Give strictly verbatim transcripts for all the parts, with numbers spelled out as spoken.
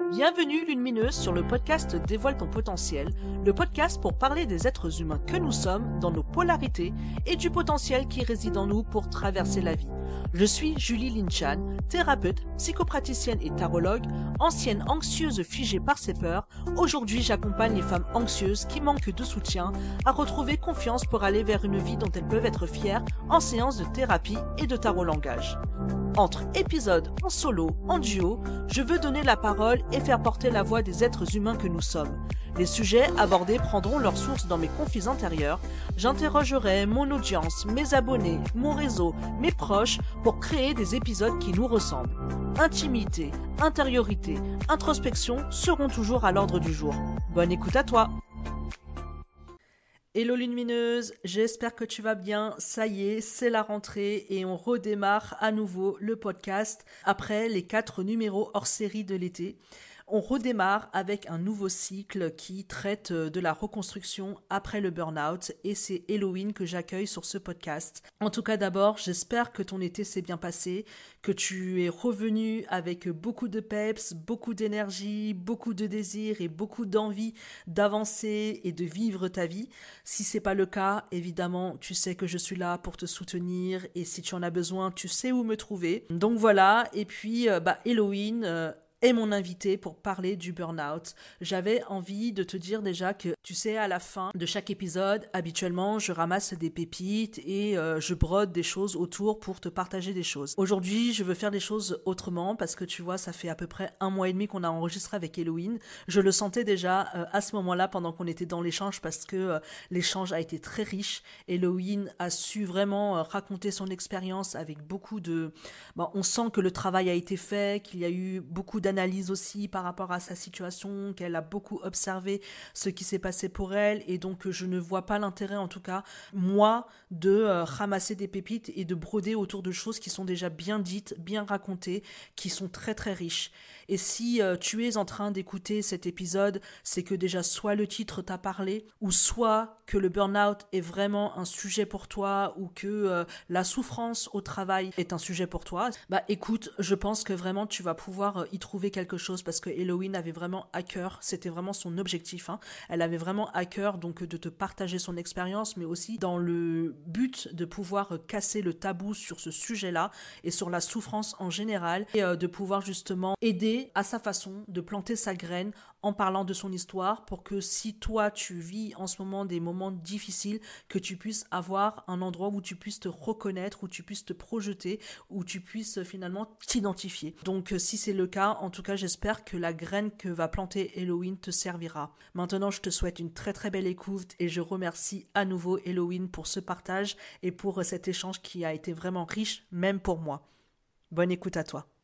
Bienvenue Lumineuse sur le podcast Dévoile ton potentiel, le podcast pour parler des êtres humains que nous sommes, dans nos polarités et du potentiel qui réside en nous pour traverser la vie. Je suis Julie Linchan, thérapeute, psychopraticienne et tarologue, ancienne anxieuse figée par ses peurs. Aujourd'hui, j'accompagne les femmes anxieuses qui manquent de soutien à retrouver confiance pour aller vers une vie dont elles peuvent être fières en séance de thérapie et de tarot langage. Entre épisodes en solo, en duo, je veux donner la parole et faire porter la voix des êtres humains que nous sommes. Les sujets abordés prendront leur source dans mes conflits intérieurs. J'interrogerai mon audience, mes abonnés, mon réseau, mes proches pour créer des épisodes qui nous ressemblent. Intimité, intériorité, introspection seront toujours à l'ordre du jour. Bonne écoute à toi! Hello lumineuse, j'espère que tu vas bien. Ça y est, c'est la rentrée et on redémarre à nouveau le podcast après les quatre numéros hors série de l'été. On redémarre avec un nouveau cycle qui traite de la reconstruction après le burn-out et c'est Héloïne que j'accueille sur ce podcast. En tout cas d'abord, j'espère que ton été s'est bien passé, que tu es revenu avec beaucoup de peps, beaucoup d'énergie, beaucoup de désir et beaucoup d'envie d'avancer et de vivre ta vie. Si c'est pas le cas, évidemment, tu sais que je suis là pour te soutenir et si tu en as besoin, tu sais où me trouver. Donc voilà, et puis euh, bah Héloïne euh, est mon invité pour parler du burn-out. J'avais envie de te dire déjà que, tu sais, à la fin de chaque épisode, habituellement, je ramasse des pépites et euh, je brode des choses autour pour te partager des choses. Aujourd'hui, je veux faire des choses autrement parce que, tu vois, ça fait à peu près un mois et demi qu'on a enregistré avec Héloïne. Je le sentais déjà euh, à ce moment-là pendant qu'on était dans l'échange parce que euh, l'échange a été très riche. Héloïne a su vraiment euh, raconter son expérience avec beaucoup de... Bon, on sent que le travail a été fait, qu'il y a eu beaucoup d'analyse aussi par rapport à sa situation, qu'elle a beaucoup observé ce qui s'est passé pour elle et donc je ne vois pas l'intérêt en tout cas, moi, de euh, ramasser des pépites et de broder autour de choses qui sont déjà bien dites, bien racontées, qui sont très très riches. Et si euh, tu es en train d'écouter cet épisode, c'est que déjà soit le titre t'a parlé, ou soit que le burn-out est vraiment un sujet pour toi, ou que euh, la souffrance au travail est un sujet pour toi, bah écoute, je pense que vraiment tu vas pouvoir euh, y trouver quelque chose parce que Héloïne avait vraiment à cœur, c'était vraiment son objectif, hein. Elle avait vraiment à cœur donc de te partager son expérience, mais aussi dans le but de pouvoir euh, casser le tabou sur ce sujet-là et sur la souffrance en général et euh, de pouvoir justement aider à sa façon de planter sa graine en parlant de son histoire pour que si toi tu vis en ce moment des moments difficiles, que tu puisses avoir un endroit où tu puisses te reconnaître, où tu puisses te projeter, où tu puisses finalement t'identifier. Donc si c'est le cas, en tout cas j'espère que la graine que va planter Héloïne te servira. Maintenant je te souhaite une très très belle écoute et je remercie à nouveau Héloïne pour ce partage et pour cet échange qui a été vraiment riche même pour moi. Bonne écoute à toi.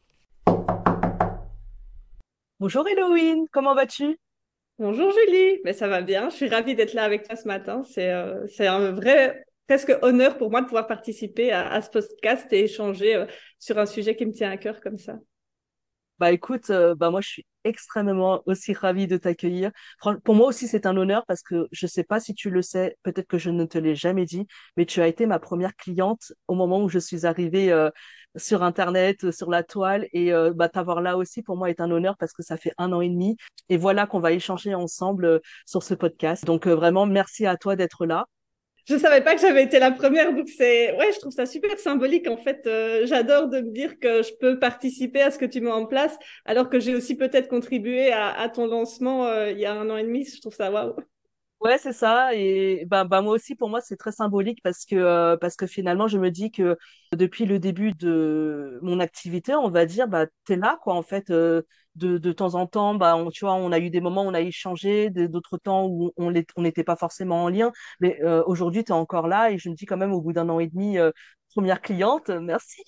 Bonjour Héloïne, comment vas-tu? Bonjour Julie, mais ça va bien. Je suis ravie d'être là avec toi ce matin. C'est euh, c'est un vrai presque honneur pour moi de pouvoir participer à, à ce podcast et échanger euh, sur un sujet qui me tient à cœur comme ça. Bah écoute, euh, bah moi je suis extrêmement aussi ravie de t'accueillir. Fran- Pour moi aussi c'est un honneur parce que je sais pas si tu le sais, peut-être que je ne te l'ai jamais dit, mais tu as été ma première cliente au moment où je suis arrivée euh, sur Internet, euh, sur la toile et euh, bah t'avoir là aussi pour moi est un honneur parce que ça fait un an et demi et voilà qu'on va échanger ensemble euh, sur ce podcast. Donc euh, vraiment merci à toi d'être là. Je savais pas que j'avais été la première, donc c'est ouais, je trouve ça super symbolique en fait. Euh, j'adore de me dire que je peux participer à ce que tu mets en place, alors que j'ai aussi peut-être contribué à, à ton lancement euh, il y a un an et demi. Je trouve ça waouh. Ouais, c'est ça. Et ben, ben moi aussi, pour moi, c'est très symbolique parce que euh, parce que finalement, je me dis que depuis le début de mon activité, on va dire, bah t'es là, quoi. En fait, euh, de de temps en temps, bah on, tu vois, on a eu des moments où on a échangé, des- d'autres temps où on l'est- on n'était pas forcément en lien. Mais euh, aujourd'hui, t'es encore là et je me dis quand même, au bout d'un an et demi, euh, première cliente, merci.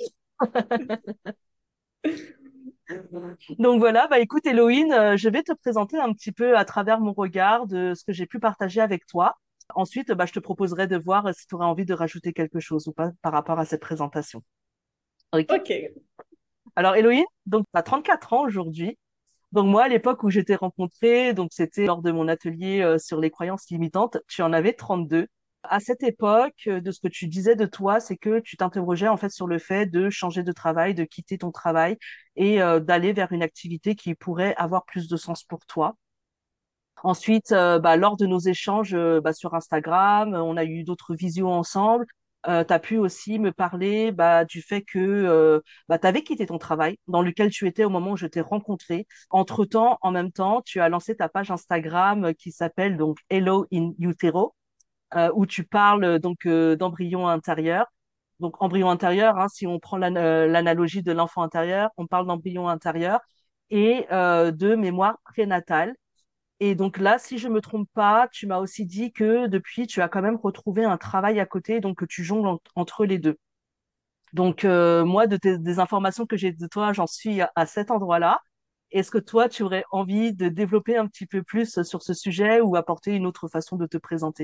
Donc voilà, bah écoute Héloïne, euh, je vais te présenter un petit peu à travers mon regard de ce que j'ai pu partager avec toi. Ensuite, bah, je te proposerai de voir euh, si tu aurais envie de rajouter quelque chose ou pas par rapport à cette présentation. Ok. Ok. Alors Héloïne, donc tu as trente-quatre ans aujourd'hui. Donc moi, à l'époque où j'étais rencontrée, donc c'était lors de mon atelier euh, sur les croyances limitantes, tu en avais trente-deux. À cette époque, euh, de ce que tu disais de toi, c'est que tu t'interrogeais en fait sur le fait de changer de travail, de quitter ton travail et euh, d'aller vers une activité qui pourrait avoir plus de sens pour toi. Ensuite, euh, bah, lors de nos échanges euh, bah, sur Instagram, euh, on a eu d'autres visios ensemble. Euh, tu as pu aussi me parler bah, du fait que euh, bah, tu avais quitté ton travail dans lequel tu étais au moment où je t'ai rencontré. Entre-temps, en même temps, tu as lancé ta page Instagram euh, qui s'appelle donc Hello in Utero, euh, où tu parles euh, donc euh, d'embryon intérieur. Donc embryon intérieur, hein, si on prend l'an- euh, l'analogie de l'enfant intérieur, on parle d'embryon intérieur et euh, de mémoire prénatale. Et donc là, si je me trompe pas, tu m'as aussi dit que depuis, tu as quand même retrouvé un travail à côté, donc que tu jongles en- entre les deux. Donc euh, moi, de tes- des informations que j'ai de toi, j'en suis à, à cet endroit-là. Est-ce que toi, tu aurais envie de développer un petit peu plus sur ce sujet ou apporter une autre façon de te présenter?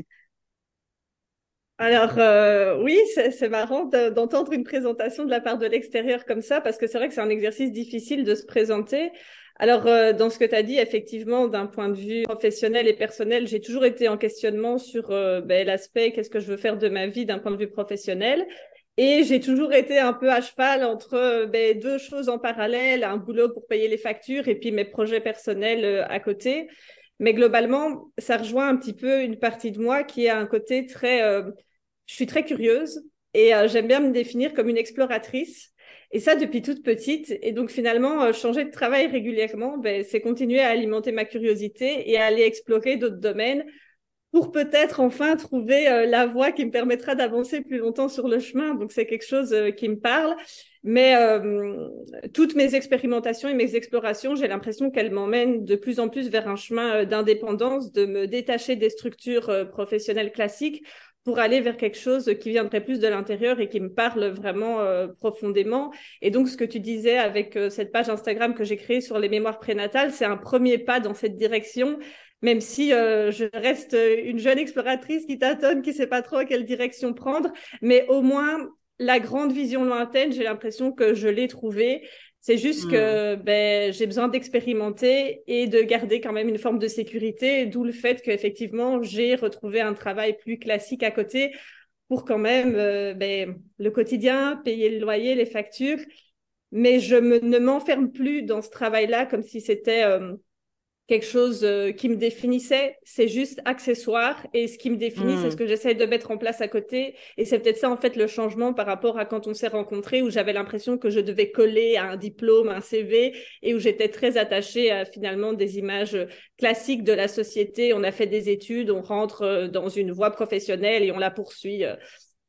Alors, euh, oui, c'est c'est marrant de- d'entendre une présentation de la part de l'extérieur comme ça, parce que c'est vrai que c'est un exercice difficile de se présenter. Alors, euh, dans ce que tu as dit, effectivement, d'un point de vue professionnel et personnel, j'ai toujours été en questionnement sur euh, ben, l'aspect qu'est-ce que je veux faire de ma vie d'un point de vue professionnel. Et j'ai toujours été un peu à cheval entre euh, ben, deux choses en parallèle, un boulot pour payer les factures et puis mes projets personnels euh, à côté. Mais globalement, ça rejoint un petit peu une partie de moi qui a un côté très... euh, je suis très curieuse et euh, j'aime bien me définir comme une exploratrice. Et ça depuis toute petite. Et donc finalement, euh, changer de travail régulièrement, ben, c'est continuer à alimenter ma curiosité et à aller explorer d'autres domaines pour peut-être enfin trouver euh, la voie qui me permettra d'avancer plus longtemps sur le chemin. Donc c'est quelque chose euh, qui me parle. Mais euh, toutes mes expérimentations et mes explorations, j'ai l'impression qu'elles m'emmènent de plus en plus vers un chemin euh, d'indépendance, de me détacher des structures euh, professionnelles classiques pour aller vers quelque chose qui viendrait plus de l'intérieur et qui me parle vraiment euh, profondément. Et donc, ce que tu disais avec euh, cette page Instagram que j'ai créée sur les mémoires prénatales, c'est un premier pas dans cette direction, même si euh, je reste une jeune exploratrice qui tâtonne, qui ne sait pas trop à quelle direction prendre, mais au moins la grande vision lointaine, j'ai l'impression que je l'ai trouvée. C'est juste Hmm. que ben, j'ai besoin d'expérimenter et de garder quand même une forme de sécurité, d'où le fait qu'effectivement, j'ai retrouvé un travail plus classique à côté pour quand même euh, ben, le quotidien, payer le loyer, les factures. Mais je me, ne m'enferme plus dans ce travail-là comme si c'était euh, quelque chose euh, qui me définissait, c'est juste accessoire. Et ce qui me définit, c'est ce Hmm. que j'essaie de mettre en place à côté. Et c'est peut-être ça, en fait, le changement par rapport à quand on s'est rencontrés, où j'avais l'impression que je devais coller à un diplôme, un C V, et où j'étais très attachée à finalement des images classiques de la société. On a fait des études, on rentre euh, dans une voie professionnelle et on la poursuit euh,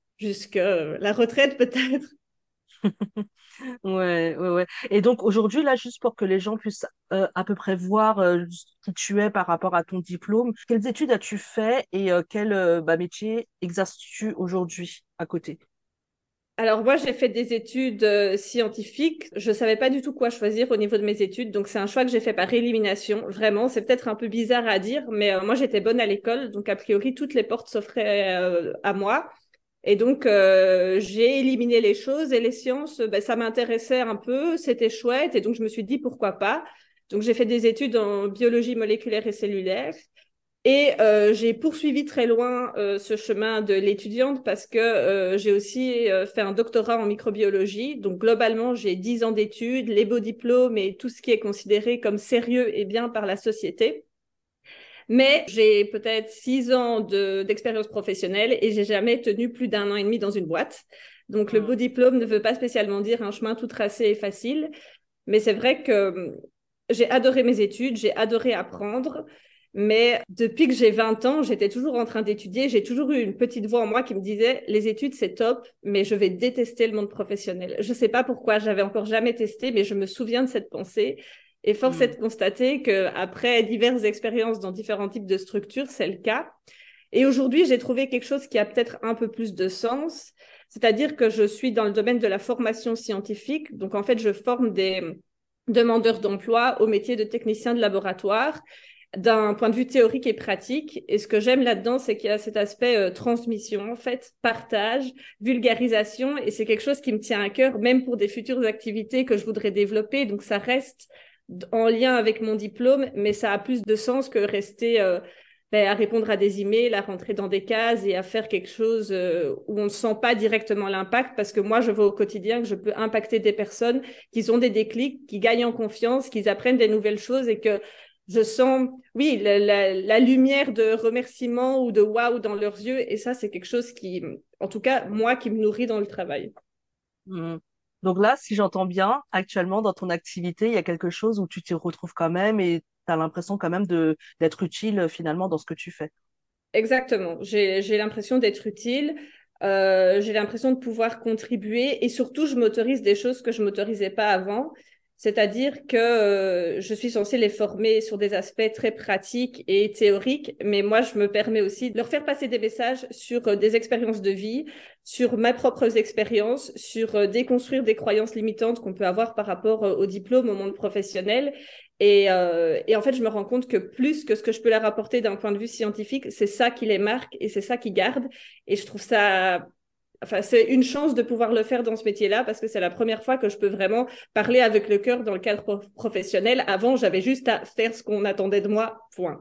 jusqu'à la retraite, peut-être. Ouais, ouais, ouais. Et donc aujourd'hui, là, juste pour que les gens puissent euh, à peu près voir euh, qui tu es par rapport à ton diplôme, quelles études as-tu fait et euh, quel euh, bah, métier exerces-tu aujourd'hui à côté? Alors moi, j'ai fait des études euh, scientifiques. Je savais pas du tout quoi choisir au niveau de mes études, donc c'est un choix que j'ai fait par élimination. Vraiment, c'est peut-être un peu bizarre à dire, mais euh, moi j'étais bonne à l'école, donc a priori toutes les portes s'offraient euh, à moi. Et donc euh, j'ai éliminé les choses et les sciences, ben, ça m'intéressait un peu, c'était chouette, et donc je me suis dit pourquoi pas. Donc j'ai fait des études en biologie moléculaire et cellulaire. Et euh, j'ai poursuivi très loin euh, ce chemin de l'étudiante parce que euh, j'ai aussi euh, fait un doctorat en microbiologie. Donc globalement, j'ai dix ans d'études, les beaux diplômes et tout ce qui est considéré comme sérieux et bien par la société. Mais j'ai peut-être six ans de, d'expérience professionnelle et j'ai jamais tenu plus d'un an et demi dans une boîte. Donc le beau Hmm. diplôme ne veut pas spécialement dire un chemin tout tracé et facile. Mais c'est vrai que j'ai adoré mes études, j'ai adoré apprendre. Mais depuis que j'ai vingt ans, j'étais toujours en train d'étudier. J'ai toujours eu une petite voix en moi qui me disait, les études, c'est top, mais je vais détester le monde professionnel. Je ne sais pas pourquoi, j'avais encore jamais testé, mais je me souviens de cette pensée. Et force est Hmm. de constater qu'après diverses expériences dans différents types de structures, c'est le cas. Et aujourd'hui, j'ai trouvé quelque chose qui a peut-être un peu plus de sens, c'est-à-dire que je suis dans le domaine de la formation scientifique. Donc, en fait, je forme des demandeurs d'emploi au métier de technicien de laboratoire d'un point de vue théorique et pratique. Et ce que j'aime là-dedans, c'est qu'il y a cet aspect euh, transmission, en fait, partage, vulgarisation, et c'est quelque chose qui me tient à cœur, même pour des futures activités que je voudrais développer. Donc, ça reste en lien avec mon diplôme, mais ça a plus de sens que rester... Euh, ben, à répondre à des emails, à rentrer dans des cases et à faire quelque chose euh, où on ne sent pas directement l'impact, parce que moi, je vois au quotidien que je peux impacter des personnes qui ont des déclics, qui gagnent en confiance, qui apprennent des nouvelles choses et que je sens, oui, la, la, la lumière de remerciement ou de waouh dans leurs yeux. Et ça, c'est quelque chose qui, en tout cas, moi, qui me nourrit dans le travail. Mhm. Donc là, si j'entends bien, actuellement dans ton activité, il y a quelque chose où tu t'y retrouves quand même et tu as l'impression quand même de d'être utile euh, finalement dans ce que tu fais. Exactement. J'ai, j'ai l'impression d'être utile. Euh, j'ai l'impression de pouvoir contribuer et surtout, je m'autorise des choses que je m'autorisais pas avant. C'est-à-dire que euh, je suis censée les former sur des aspects très pratiques et théoriques, mais moi, je me permets aussi de leur faire passer des messages sur euh, des expériences de vie, sur mes propres expériences, sur euh, déconstruire des croyances limitantes qu'on peut avoir par rapport euh, au diplôme, au monde professionnel. Et, euh, et en fait, je me rends compte que plus que ce que je peux leur apporter d'un point de vue scientifique, c'est ça qui les marque et c'est ça qui garde. Et je trouve ça, enfin, c'est une chance de pouvoir le faire dans ce métier-là parce que c'est la première fois que je peux vraiment parler avec le cœur dans le cadre prof- professionnel. Avant, j'avais juste à faire ce qu'on attendait de moi, point.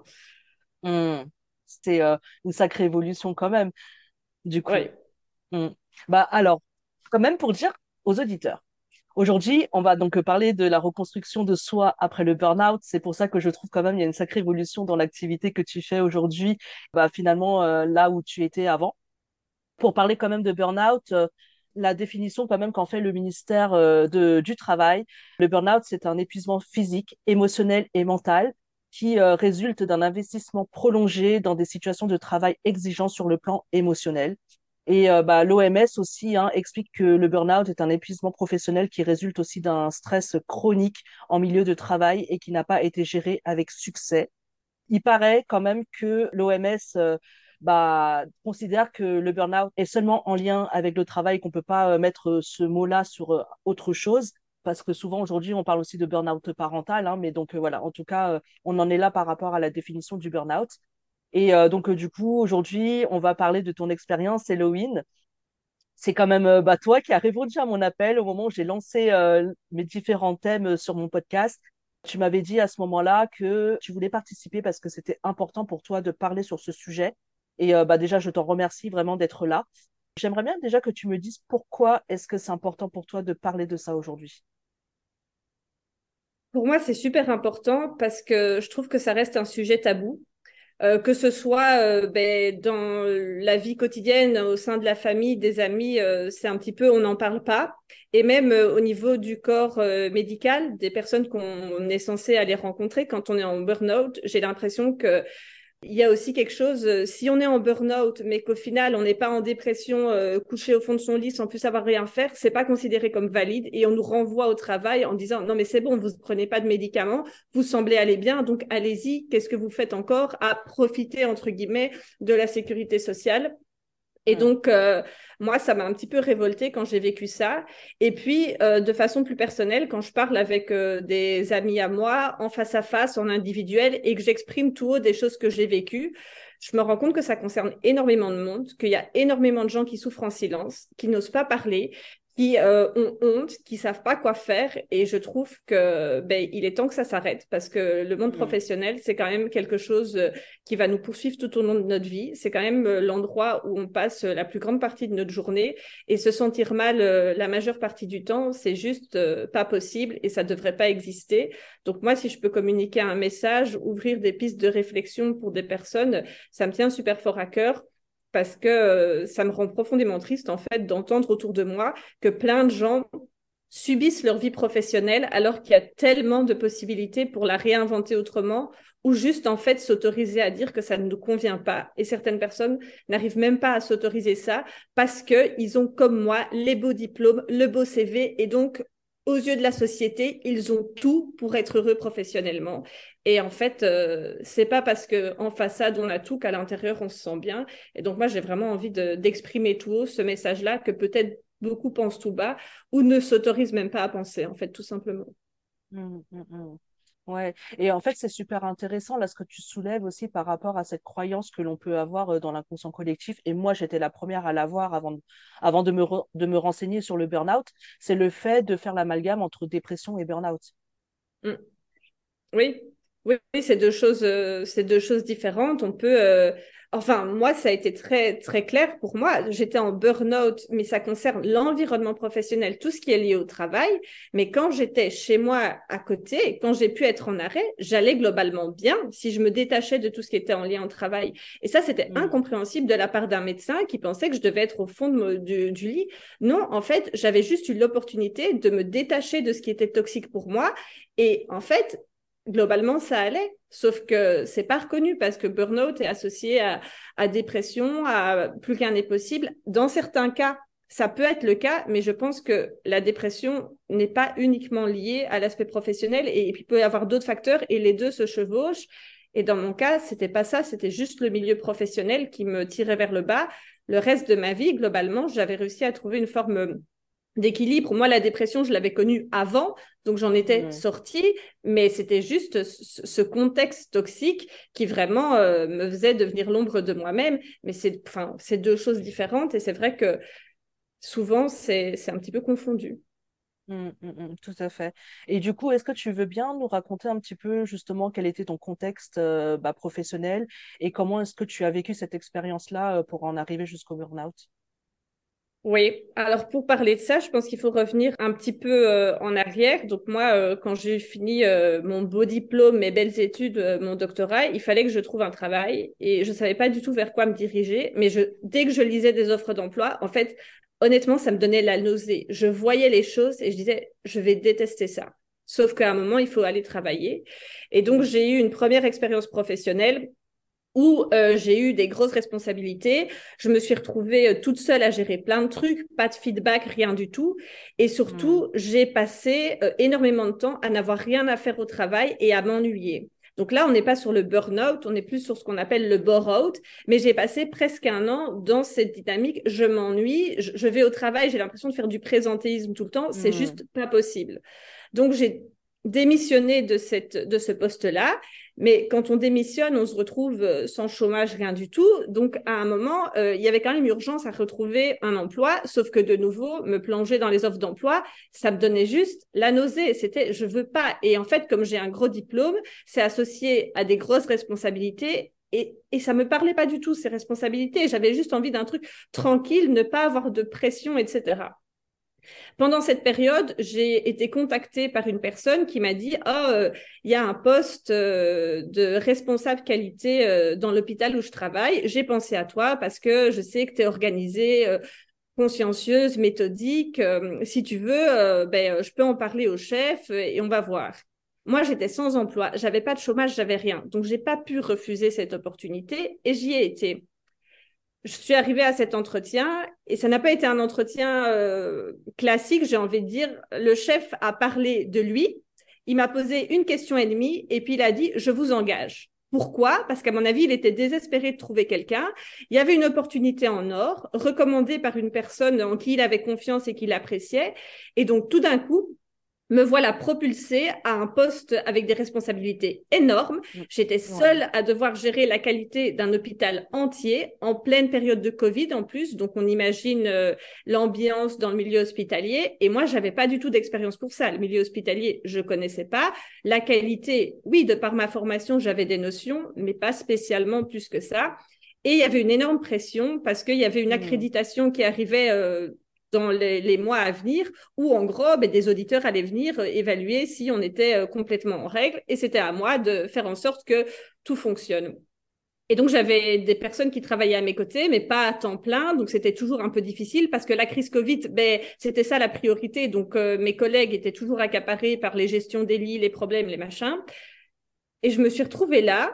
Hmm. C'est euh, une sacrée évolution quand même, du coup. Oui. Hmm. Bah alors, quand même pour dire aux auditeurs. Aujourd'hui, on va donc parler de la reconstruction de soi après le burn-out. C'est pour ça que je trouve quand même il y a une sacrée évolution dans l'activité que tu fais aujourd'hui, bah, finalement euh, là où tu étais avant. Pour parler quand même de burn-out, euh, la définition quand même qu'en fait le ministère euh, de, du Travail, le burn-out, c'est un épuisement physique, émotionnel et mental qui euh, résulte d'un investissement prolongé dans des situations de travail exigeantes sur le plan émotionnel. Et euh, bah, l'O M S aussi hein, explique que le burn-out est un épuisement professionnel qui résulte aussi d'un stress chronique en milieu de travail et qui n'a pas été géré avec succès. Il paraît quand même que l'O M S euh, bah, considère que le burn-out est seulement en lien avec le travail, qu'on peut pas euh, mettre euh, ce mot-là sur euh, autre chose, parce que souvent aujourd'hui on parle aussi de burn-out parental, hein, mais donc euh, voilà, en tout cas, euh, on en est là par rapport à la définition du burn-out. Et euh, donc euh, du coup, aujourd'hui, on va parler de ton expérience, Elohim. C'est quand même euh, bah, toi qui as répondu à mon appel au moment où j'ai lancé euh, mes différents thèmes euh, sur mon podcast. Tu m'avais dit à ce moment-là que tu voulais participer parce que c'était important pour toi de parler sur ce sujet. Et euh, bah, déjà, je t'en remercie vraiment d'être là. J'aimerais bien déjà que tu me dises pourquoi est-ce que c'est important pour toi de parler de ça aujourd'hui. Pour moi, c'est super important parce que je trouve que ça reste un sujet tabou. Euh, que ce soit euh, ben, dans la vie quotidienne, au sein de la famille, des amis, euh, c'est un petit peu, on n'en parle pas. Et même euh, au niveau du corps euh, médical, des personnes qu'on est censé aller rencontrer quand on est en burn-out, j'ai l'impression que il y a aussi quelque chose, euh, si on est en burn-out, mais qu'au final, on n'est pas en dépression, euh, couché au fond de son lit sans plus savoir rien faire, c'est pas considéré comme valide et on nous renvoie au travail en disant non, mais c'est bon, vous ne prenez pas de médicaments, vous semblez aller bien, donc allez-y, qu'est-ce que vous faites encore à profiter, entre guillemets, de la sécurité sociale? Et Hmm. donc, euh, moi, ça m'a un petit peu révoltée quand j'ai vécu ça. Et puis, euh, de façon plus personnelle, quand je parle avec euh, des amis à moi, en face à face, en individuel, et que j'exprime tout haut des choses que j'ai vécues, je me rends compte que ça concerne énormément de monde, qu'il y a énormément de gens qui souffrent en silence, qui n'osent pas parler, qui euh, ont honte, qui savent pas quoi faire. Et je trouve que ben, il est temps que ça s'arrête parce que le monde Hmm. professionnel, c'est quand même quelque chose euh, qui va nous poursuivre tout au long de notre vie. C'est quand même euh, l'endroit où on passe la plus grande partie de notre journée et se sentir mal euh, la majeure partie du temps, c'est juste euh, pas possible et ça devrait pas exister. Donc moi, si je peux communiquer un message, ouvrir des pistes de réflexion pour des personnes, ça me tient super fort à cœur parce que euh, ça me rend profondément triste en fait d'entendre autour de moi que plein de gens subissent leur vie professionnelle alors qu'il y a tellement de possibilités pour la réinventer autrement ou juste en fait s'autoriser à dire que ça ne nous convient pas. Et certaines personnes n'arrivent même pas à s'autoriser ça parce qu'ils ont comme moi les beaux diplômes, le beau C V et donc aux yeux de la société, ils ont tout pour être heureux professionnellement. Et en fait, euh, c'est pas parce que en façade on a tout qu'à l'intérieur on se sent bien. Et donc moi j'ai vraiment envie de, d'exprimer tout haut ce message-là que peut-être beaucoup pensent tout bas ou ne s'autorisent même pas à penser, en fait, tout simplement. Hmm, hmm, hmm. Ouais, et en fait, c'est super intéressant là ce que tu soulèves aussi par rapport à cette croyance que l'on peut avoir euh, dans l'inconscient collectif. Et moi, j'étais la première à l'avoir avant de, avant de me, re- de me renseigner sur le burn-out. C'est le fait de faire l'amalgame entre dépression et burn-out. Mm. Oui, Oui, oui, c'est deux choses, euh, c'est deux choses différentes. On peut, euh, enfin, moi, ça a été très, très clair pour moi. J'étais en burn-out, mais ça concerne l'environnement professionnel, tout ce qui est lié au travail. Mais quand j'étais chez moi à côté, quand j'ai pu être en arrêt, j'allais globalement bien si je me détachais de tout ce qui était en lien au travail. Et ça, c'était Mm. incompréhensible de la part d'un médecin qui pensait que je devais être au fond de me- du, du lit. Non, en fait, j'avais juste eu l'opportunité de me détacher de ce qui était toxique pour moi. Et en fait, globalement, ça allait. Sauf que c'est pas reconnu parce que burn-out est associé à, à dépression, à plus qu'un n'est possible. Dans certains cas, ça peut être le cas, mais je pense que la dépression n'est pas uniquement liée à l'aspect professionnel et, et puis il peut y avoir d'autres facteurs et les deux se chevauchent. Et dans mon cas, c'était pas ça, c'était juste le milieu professionnel qui me tirait vers le bas. Le reste de ma vie, globalement, j'avais réussi à trouver une forme d'équilibre. Moi, la dépression, je l'avais connue avant, donc j'en étais Mm. sortie, mais c'était juste ce contexte toxique qui vraiment euh, me faisait devenir l'ombre de moi-même. Mais c'est, enfin, c'est deux choses différentes et c'est vrai que souvent, c'est, c'est un petit peu confondu. Mm, mm, mm, tout à fait. Et du coup, est-ce que tu veux bien nous raconter un petit peu justement quel était ton contexte euh, bah, professionnel et comment est-ce que tu as vécu cette expérience-là euh, pour en arriver jusqu'au burn-out? Oui, alors pour parler de ça, je pense qu'il faut revenir un petit peu euh, en arrière. Donc moi, euh, quand j'ai fini euh, mon beau diplôme, mes belles études, euh, mon doctorat, il fallait que je trouve un travail et je savais pas du tout vers quoi me diriger. Mais je, dès que je lisais des offres d'emploi, en fait, honnêtement, ça me donnait la nausée. Je voyais les choses et je disais, je vais détester ça. Sauf qu'à un moment, il faut aller travailler. Et donc, Mm. j'ai eu une première expérience professionnelle où euh, j'ai eu des grosses responsabilités. Je me suis retrouvée euh, toute seule à gérer plein de trucs, pas de feedback, rien du tout. Et Mm. surtout, j'ai passé euh, énormément de temps à n'avoir rien à faire au travail et à m'ennuyer. Donc là, on n'est pas sur le burn-out, on est plus sur ce qu'on appelle le bore-out. Mais j'ai passé presque un an dans cette dynamique. Je m'ennuie, je, je vais au travail, j'ai l'impression de faire du présentéisme tout le temps. C'est Mm. juste pas possible. Donc j'ai démissionné de, cette, de ce poste-là. Mais quand on démissionne, on se retrouve euh, sans chômage, rien du tout. Donc, à un moment, euh, il y avait quand même urgence à retrouver un emploi, sauf que de nouveau, me plonger dans les offres d'emploi, ça me donnait juste la nausée. C'était, je veux pas. Et en fait, comme j'ai un gros diplôme, c'est associé à des grosses responsabilités. Et, et ça me parlait pas du tout, ces responsabilités. J'avais juste envie d'un truc tranquille, ne pas avoir de pression, et cetera. Pendant cette période, j'ai été contactée par une personne qui m'a dit oh, euh, il y a un poste euh, de responsable qualité euh, dans l'hôpital où je travaille. J'ai pensé à toi parce que je sais que tu es organisée, euh, consciencieuse, méthodique. Euh, si tu veux, euh, ben, je peux en parler au chef euh, et on va voir. Moi, j'étais sans emploi, j'avais pas de chômage, j'avais rien. Donc, j'ai pas pu refuser cette opportunité et j'y ai été. Je suis arrivée à cet entretien et ça n'a pas été un entretien euh, classique, j'ai envie de dire. Le chef a parlé de lui, il m'a posé une question et demie et puis il a dit je vous engage. Pourquoi? Parce qu'à mon avis, il était désespéré de trouver quelqu'un. Il y avait une opportunité en or, recommandée par une personne en qui il avait confiance et qu'il appréciait. Et donc, tout d'un coup, me voilà propulsée à un poste avec des responsabilités énormes. Mm. J'étais Ouais. seule à devoir gérer la qualité d'un hôpital entier en pleine période de Covid en plus. Donc, on imagine euh, l'ambiance dans le milieu hospitalier. Et moi, j'avais pas du tout d'expérience pour ça. Le milieu hospitalier, je connaissais pas. La qualité, oui, de par ma formation, j'avais des notions, mais pas spécialement plus que ça. Et il y avait une énorme pression parce qu'il y avait une Mm. accréditation qui arrivait euh, dans les, les, mois à venir, où en gros, ben, des auditeurs allaient venir euh, évaluer si on était euh, complètement en règle, et c'était à moi de faire en sorte que tout fonctionne. Et donc, j'avais des personnes qui travaillaient à mes côtés, mais pas à temps plein. Donc, c'était toujours un peu difficile parce que la crise Covid, ben, c'était ça la priorité. Donc, euh, mes collègues étaient toujours accaparés par les gestions des lits, les problèmes, les machins. Et je me suis retrouvée là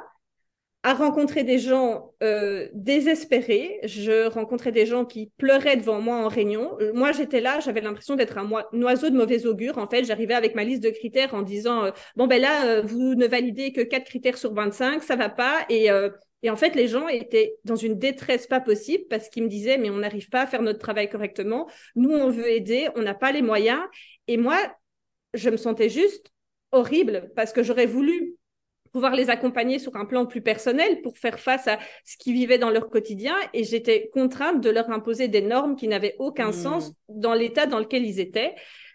à rencontrer des gens euh, désespérés. Je rencontrais des gens qui pleuraient devant moi en réunion. Moi, j'étais là, j'avais l'impression d'être un, un oiseau de mauvais augure. En fait, j'arrivais avec ma liste de critères en disant euh, bon ben là, euh, vous ne validez que quatre critères sur vingt-cinq, ça va pas. Et euh, et en fait, les gens étaient dans une détresse pas possible parce qu'ils me disaient mais on n'arrive pas à faire notre travail correctement. Nous, on veut aider, on n'a pas les moyens. Et moi, je me sentais juste horrible parce que j'aurais voulu pouvoir les accompagner sur un plan plus personnel pour faire face à ce qu'ils vivaient dans leur quotidien. Et j'étais contrainte de leur imposer des normes qui n'avaient aucun Mm. sens dans l'état dans lequel ils étaient.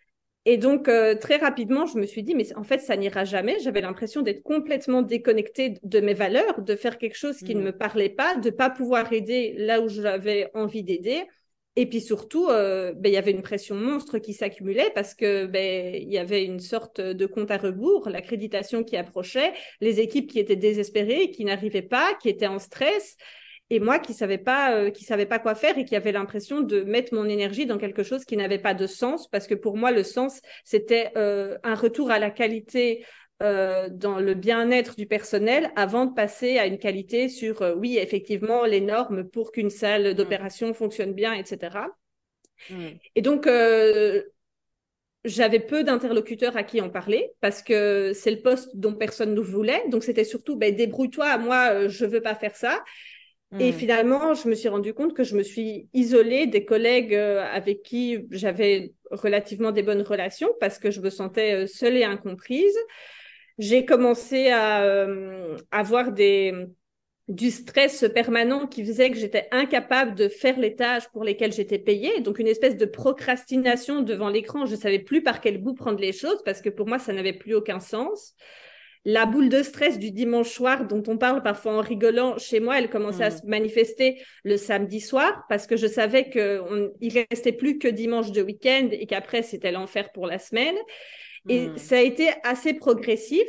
Et donc, euh, très rapidement, je me suis dit, mais en fait, ça n'ira jamais. J'avais l'impression d'être complètement déconnectée de mes valeurs, de faire quelque chose qui mmh. ne me parlait pas, de ne pas pouvoir aider là où j'avais envie d'aider. Et puis surtout, euh, ben, il y avait une pression monstre qui s'accumulait parce que ben, il y avait une sorte de compte à rebours, l'accréditation qui approchait, les équipes qui étaient désespérées, qui n'arrivaient pas, qui étaient en stress. Et moi qui savais pas, euh, qui savais pas quoi faire et qui avait l'impression de mettre mon énergie dans quelque chose qui n'avait pas de sens, parce que pour moi le sens c'était euh, un retour à la qualité euh, dans le bien-être du personnel avant de passer à une qualité sur euh, oui effectivement les normes pour qu'une salle d'opération mmh. fonctionne bien, et cetera. Mmh. Et donc euh, j'avais peu d'interlocuteurs à qui en parler parce que c'est le poste dont personne ne voulait, donc c'était surtout ben, débrouille-toi, moi euh, je veux pas faire ça. Et finalement, je me suis rendu compte que je me suis isolée des collègues avec qui j'avais relativement des bonnes relations parce que je me sentais seule et incomprise. J'ai commencé à euh, avoir des, du stress permanent qui faisait que j'étais incapable de faire les tâches pour lesquelles j'étais payée. Donc, une espèce de procrastination devant l'écran. Je ne savais plus par quel bout prendre les choses parce que pour moi, ça n'avait plus aucun sens. La boule de stress du dimanche soir dont on parle parfois en rigolant, chez moi, elle commençait mmh. à se manifester le samedi soir parce que je savais qu'il ne restait plus que dimanche de week-end et qu'après, c'était l'enfer pour la semaine. Mmh. Et ça a été assez progressif.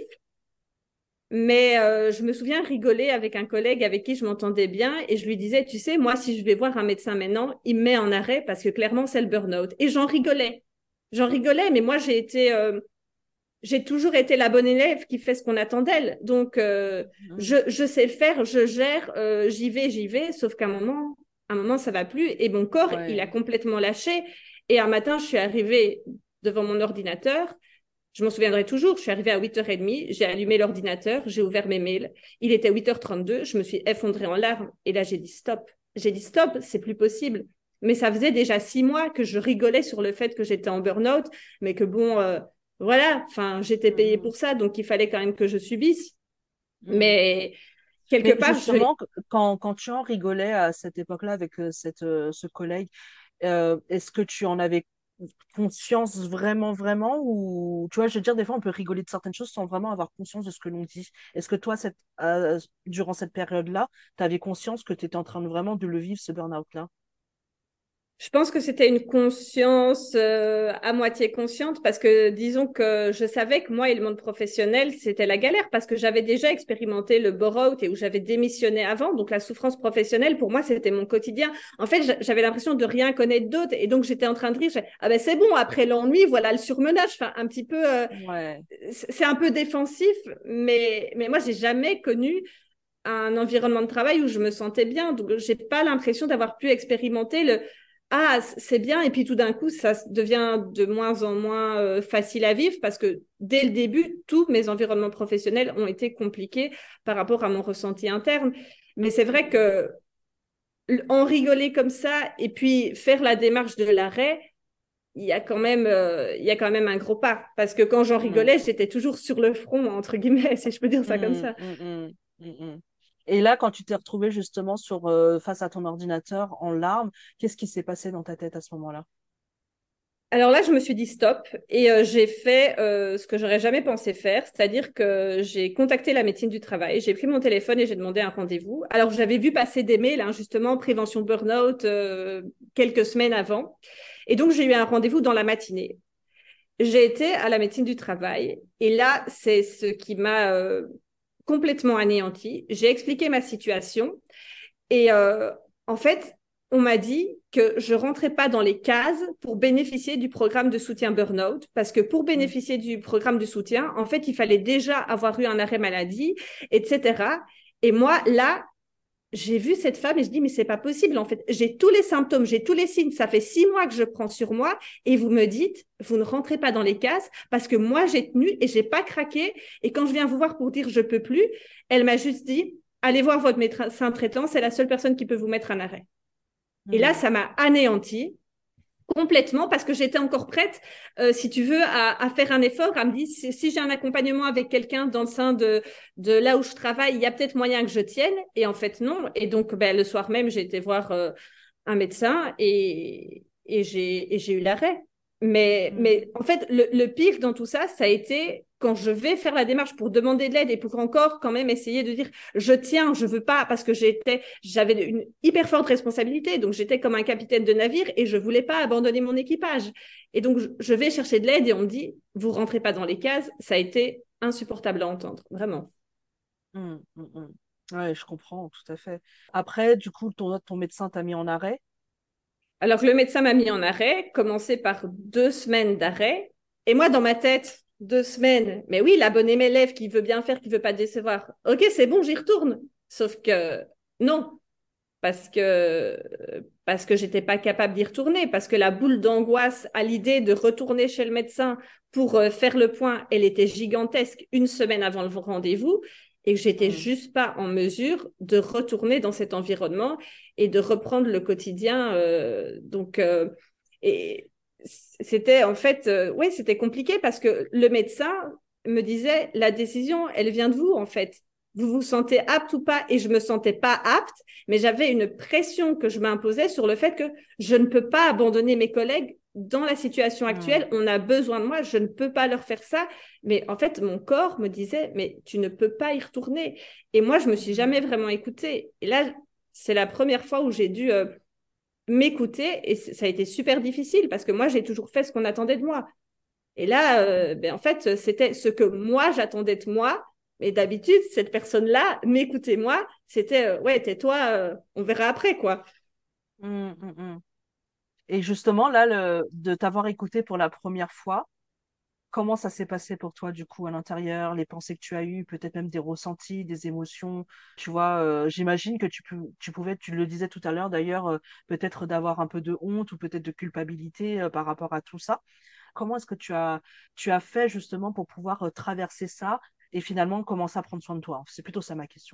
Mais euh, je me souviens rigoler avec un collègue avec qui je m'entendais bien et je lui disais, tu sais, moi, si je vais voir un médecin maintenant, il me met en arrêt parce que clairement, c'est le burn-out. Et j'en rigolais. J'en rigolais, mais moi, j'ai été... Euh, j'ai toujours été la bonne élève qui fait ce qu'on attend d'elle. Donc, euh, mmh. je, je sais le faire, je gère, euh, j'y vais, j'y vais. Sauf qu'à un moment, à un moment, ça va plus. Et mon corps, ouais. il a complètement lâché. Et un matin, je suis arrivée devant mon ordinateur. Je m'en souviendrai toujours. Je suis arrivée à huit heures trente. J'ai allumé l'ordinateur. J'ai ouvert mes mails. Il était huit heures trente-deux. Je me suis effondrée en larmes. Et là, j'ai dit stop. J'ai dit stop, c'est plus possible. Mais ça faisait déjà six mois que je rigolais sur le fait que j'étais en burn-out. Mais que bon... Euh, Voilà, enfin, j'étais payée mmh. pour ça, donc il fallait quand même que je subisse. Mmh. Mais quelque Mais part, justement, je... quand, quand tu en rigolais à cette époque-là avec euh, cette, euh, ce collègue, euh, est-ce que tu en avais conscience vraiment, vraiment ou tu vois, je veux dire, des fois, on peut rigoler de certaines choses sans vraiment avoir conscience de ce que l'on dit. Est-ce que toi, cette, euh, durant cette période-là, tu avais conscience que tu étais en train de vraiment de le vivre, ce burn-out-là? Je pense que c'était une conscience euh, à moitié consciente parce que disons que je savais que moi et le monde professionnel, c'était la galère parce que j'avais déjà expérimenté le bore-out et où j'avais démissionné avant. Donc, la souffrance professionnelle, pour moi, c'était mon quotidien. En fait, j'avais l'impression de rien connaître d'autre et donc j'étais en train de dire, ah ben c'est bon, après l'ennui, voilà le surmenage. Enfin, un petit peu, euh, ouais. c'est un peu défensif, mais, mais moi, j'ai jamais connu un environnement de travail où je me sentais bien. Donc, j'ai pas l'impression d'avoir pu expérimenter le ah, c'est bien, et puis tout d'un coup, ça devient de moins en moins euh, facile à vivre parce que dès le début, tous mes environnements professionnels ont été compliqués par rapport à mon ressenti interne. Mais c'est vrai que en rigoler comme ça et puis faire la démarche de l'arrêt, il y a quand même, euh, il y a quand même un gros pas parce que quand j'en rigolais, mmh. j'étais toujours sur le front, entre guillemets, si je peux dire ça mmh, comme ça. Mmh, mmh, mmh. Et là, quand tu t'es retrouvée justement sur, euh, face à ton ordinateur en larmes, qu'est-ce qui s'est passé dans ta tête à ce moment-là? Alors là, je me suis dit stop et euh, j'ai fait euh, ce que j'aurais jamais pensé faire, c'est-à-dire que j'ai contacté la médecine du travail, j'ai pris mon téléphone et j'ai demandé un rendez-vous. Alors, j'avais vu passer des mails, hein, justement, prévention burn-out, euh, quelques semaines avant. Et donc, j'ai eu un rendez-vous dans la matinée. J'ai été à la médecine du travail et là, c'est ce qui m'a... Euh, complètement anéantie. J'ai expliqué ma situation et euh, en fait, on m'a dit que je rentrais pas dans les cases pour bénéficier du programme de soutien burn-out parce que pour bénéficier du programme de soutien, en fait, il fallait déjà avoir eu un arrêt maladie, et cetera. Et moi, là, j'ai vu cette femme et je dis, mais c'est pas possible. En fait, j'ai tous les symptômes, j'ai tous les signes. Ça fait six mois que je prends sur moi et vous me dites, vous ne rentrez pas dans les cases parce que moi, j'ai tenu et j'ai pas craqué. Et quand je viens vous voir pour dire je peux plus, elle m'a juste dit, allez voir votre médecin traitant, c'est la seule personne qui peut vous mettre un arrêt. Mmh. Et là, ça m'a anéantie complètement parce que j'étais encore prête, euh, si tu veux, à, à faire un effort, à me dire si, si j'ai un accompagnement avec quelqu'un dans le sein de, de là où je travaille, il y a peut-être moyen que je tienne. Et en fait, non. Et donc, ben, le soir même, j'ai été voir euh, un médecin et, et, j'ai, et j'ai eu l'arrêt. Mais, Mm. mais en fait, le, le pire dans tout ça, ça a été quand je vais faire la démarche pour demander de l'aide et pour encore quand même essayer de dire je tiens, je veux pas, parce que j'étais, j'avais une hyper forte responsabilité, donc j'étais comme un capitaine de navire et je voulais pas abandonner mon équipage. Et donc je, je vais chercher de l'aide et on me dit vous rentrez pas dans les cases, ça a été insupportable à entendre, vraiment. Mm, mm, mm. Ouais, je comprends tout à fait. Après, du coup, ton, ton médecin t'a mis en arrêt. Alors que le médecin m'a mis en arrêt, commencé par deux semaines d'arrêt. Et moi, dans ma tête, deux semaines, mais oui, la bonne élève qui veut bien faire, qui veut pas décevoir. Ok, c'est bon, j'y retourne. Sauf que non, parce que parce que j'étais pas capable d'y retourner, parce que la boule d'angoisse à l'idée de retourner chez le médecin pour euh, faire le point, elle était gigantesque une semaine avant le rendez-vous et que j'étais Mm. juste pas en mesure de retourner dans cet environnement et de reprendre le quotidien. Euh, donc euh, et c'était en fait euh, ouais, c'était compliqué parce que le médecin me disait la décision, elle vient de vous en fait. Vous vous sentez apte ou pas? Et je me sentais pas apte, mais j'avais une pression que je m'imposais sur le fait que je ne peux pas abandonner mes collègues dans la situation Mm. actuelle. On a besoin de moi, je ne peux pas leur faire ça. Mais en fait, mon corps me disait, mais tu ne peux pas y retourner. Et moi, je me suis Mm. jamais vraiment écoutée. Et là, c'est la première fois où j'ai dû euh, m'écouter et ça a été super difficile parce que moi, j'ai toujours fait ce qu'on attendait de moi. Et là, euh, ben, en fait, c'était ce que moi, j'attendais de moi. Mais d'habitude, cette personne-là, m'écoutez moi, c'était, euh, ouais, tais-toi, euh, on verra après, quoi. Mm, mm, mm. Et justement, là, le, de t'avoir écouté pour la première fois, comment ça s'est passé pour toi, du coup, à l'intérieur, les pensées que tu as eues, peut-être même des ressentis, des émotions, tu vois, euh, j'imagine que tu, pou- tu pouvais, tu le disais tout à l'heure d'ailleurs, euh, peut-être d'avoir un peu de honte ou peut-être de culpabilité euh, par rapport à tout ça. Comment est-ce que tu as, tu as fait justement pour pouvoir euh, traverser ça et finalement commencer à prendre soin de toi? C'est plutôt ça ma question.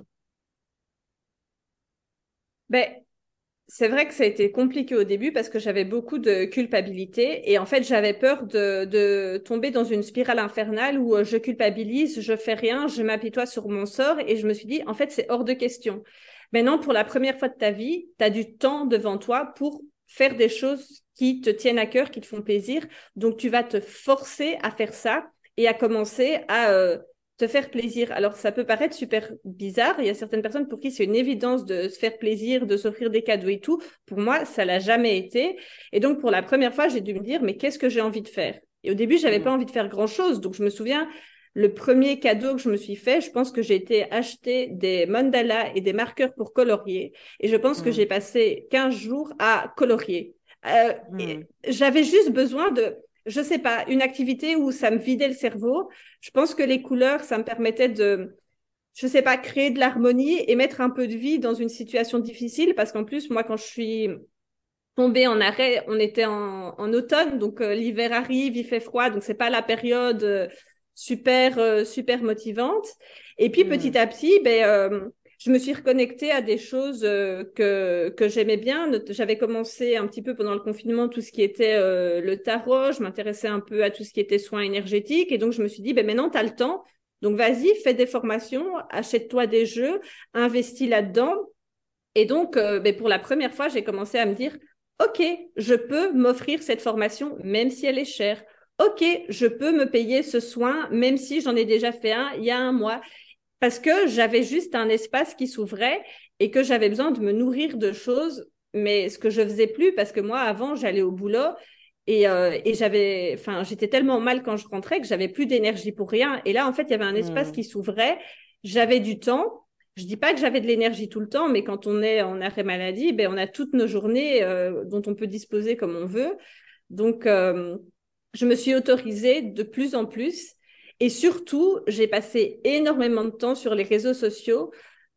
Ben, c'est vrai que ça a été compliqué au début parce que j'avais beaucoup de culpabilité et en fait, j'avais peur de, de tomber dans une spirale infernale où euh, je culpabilise, je fais rien, je m'apitoie sur mon sort et je me suis dit, en fait, c'est hors de question. Maintenant, pour la première fois de ta vie, tu as du temps devant toi pour faire des choses qui te tiennent à cœur, qui te font plaisir. Donc, tu vas te forcer à faire ça et à commencer à euh, te faire plaisir. Alors, ça peut paraître super bizarre. Il y a certaines personnes pour qui c'est une évidence de se faire plaisir, de s'offrir des cadeaux et tout. Pour moi, ça l'a jamais été. Et donc, pour la première fois, j'ai dû me dire, mais qu'est-ce que j'ai envie de faire? Et au début, j'avais pas Mm, envie de faire grand-chose. Donc, je me souviens, le premier cadeau que je me suis fait, je pense que j'ai été acheter des mandalas et des marqueurs pour colorier. Et je pense que j'ai mm, passé quinze jours à colorier. Euh, mm, J'avais juste besoin de, je sais pas, une activité où ça me vidait le cerveau. Je pense que les couleurs, ça me permettait de, je sais pas, créer de l'harmonie et mettre un peu de vie dans une situation difficile. Parce qu'en plus, moi, quand je suis tombée en arrêt, on était en, en automne, donc euh, l'hiver arrive, il fait froid, donc c'est pas la période euh, super euh, super motivante. Et puis mm, petit à petit, ben euh, je me suis reconnectée à des choses euh, que que j'aimais bien. J'avais commencé un petit peu pendant le confinement tout ce qui était euh, le tarot, je m'intéressais un peu à tout ce qui était soins énergétiques, et donc je me suis dit, ben maintenant tu as le temps, donc vas-y, fais des formations, achète-toi des jeux, investis là-dedans. Et donc, euh, ben, pour la première fois, j'ai commencé à me dire, OK, je peux m'offrir cette formation même si elle est chère. OK, je peux me payer ce soin même si j'en ai déjà fait un il y a un mois. Parce que j'avais juste un espace qui s'ouvrait et que j'avais besoin de me nourrir de choses, mais ce que je faisais plus parce que moi, avant, j'allais au boulot et, euh, et j'avais, enfin, j'étais tellement mal quand je rentrais que j'avais plus d'énergie pour rien. Et là, en fait, il y avait un espace mm, qui s'ouvrait, j'avais du temps. Je dis pas que j'avais de l'énergie tout le temps, mais quand on est en arrêt maladie, ben on a toutes nos journées euh, dont on peut disposer comme on veut. Donc, euh, je me suis autorisée de plus en plus. Et surtout, j'ai passé énormément de temps sur les réseaux sociaux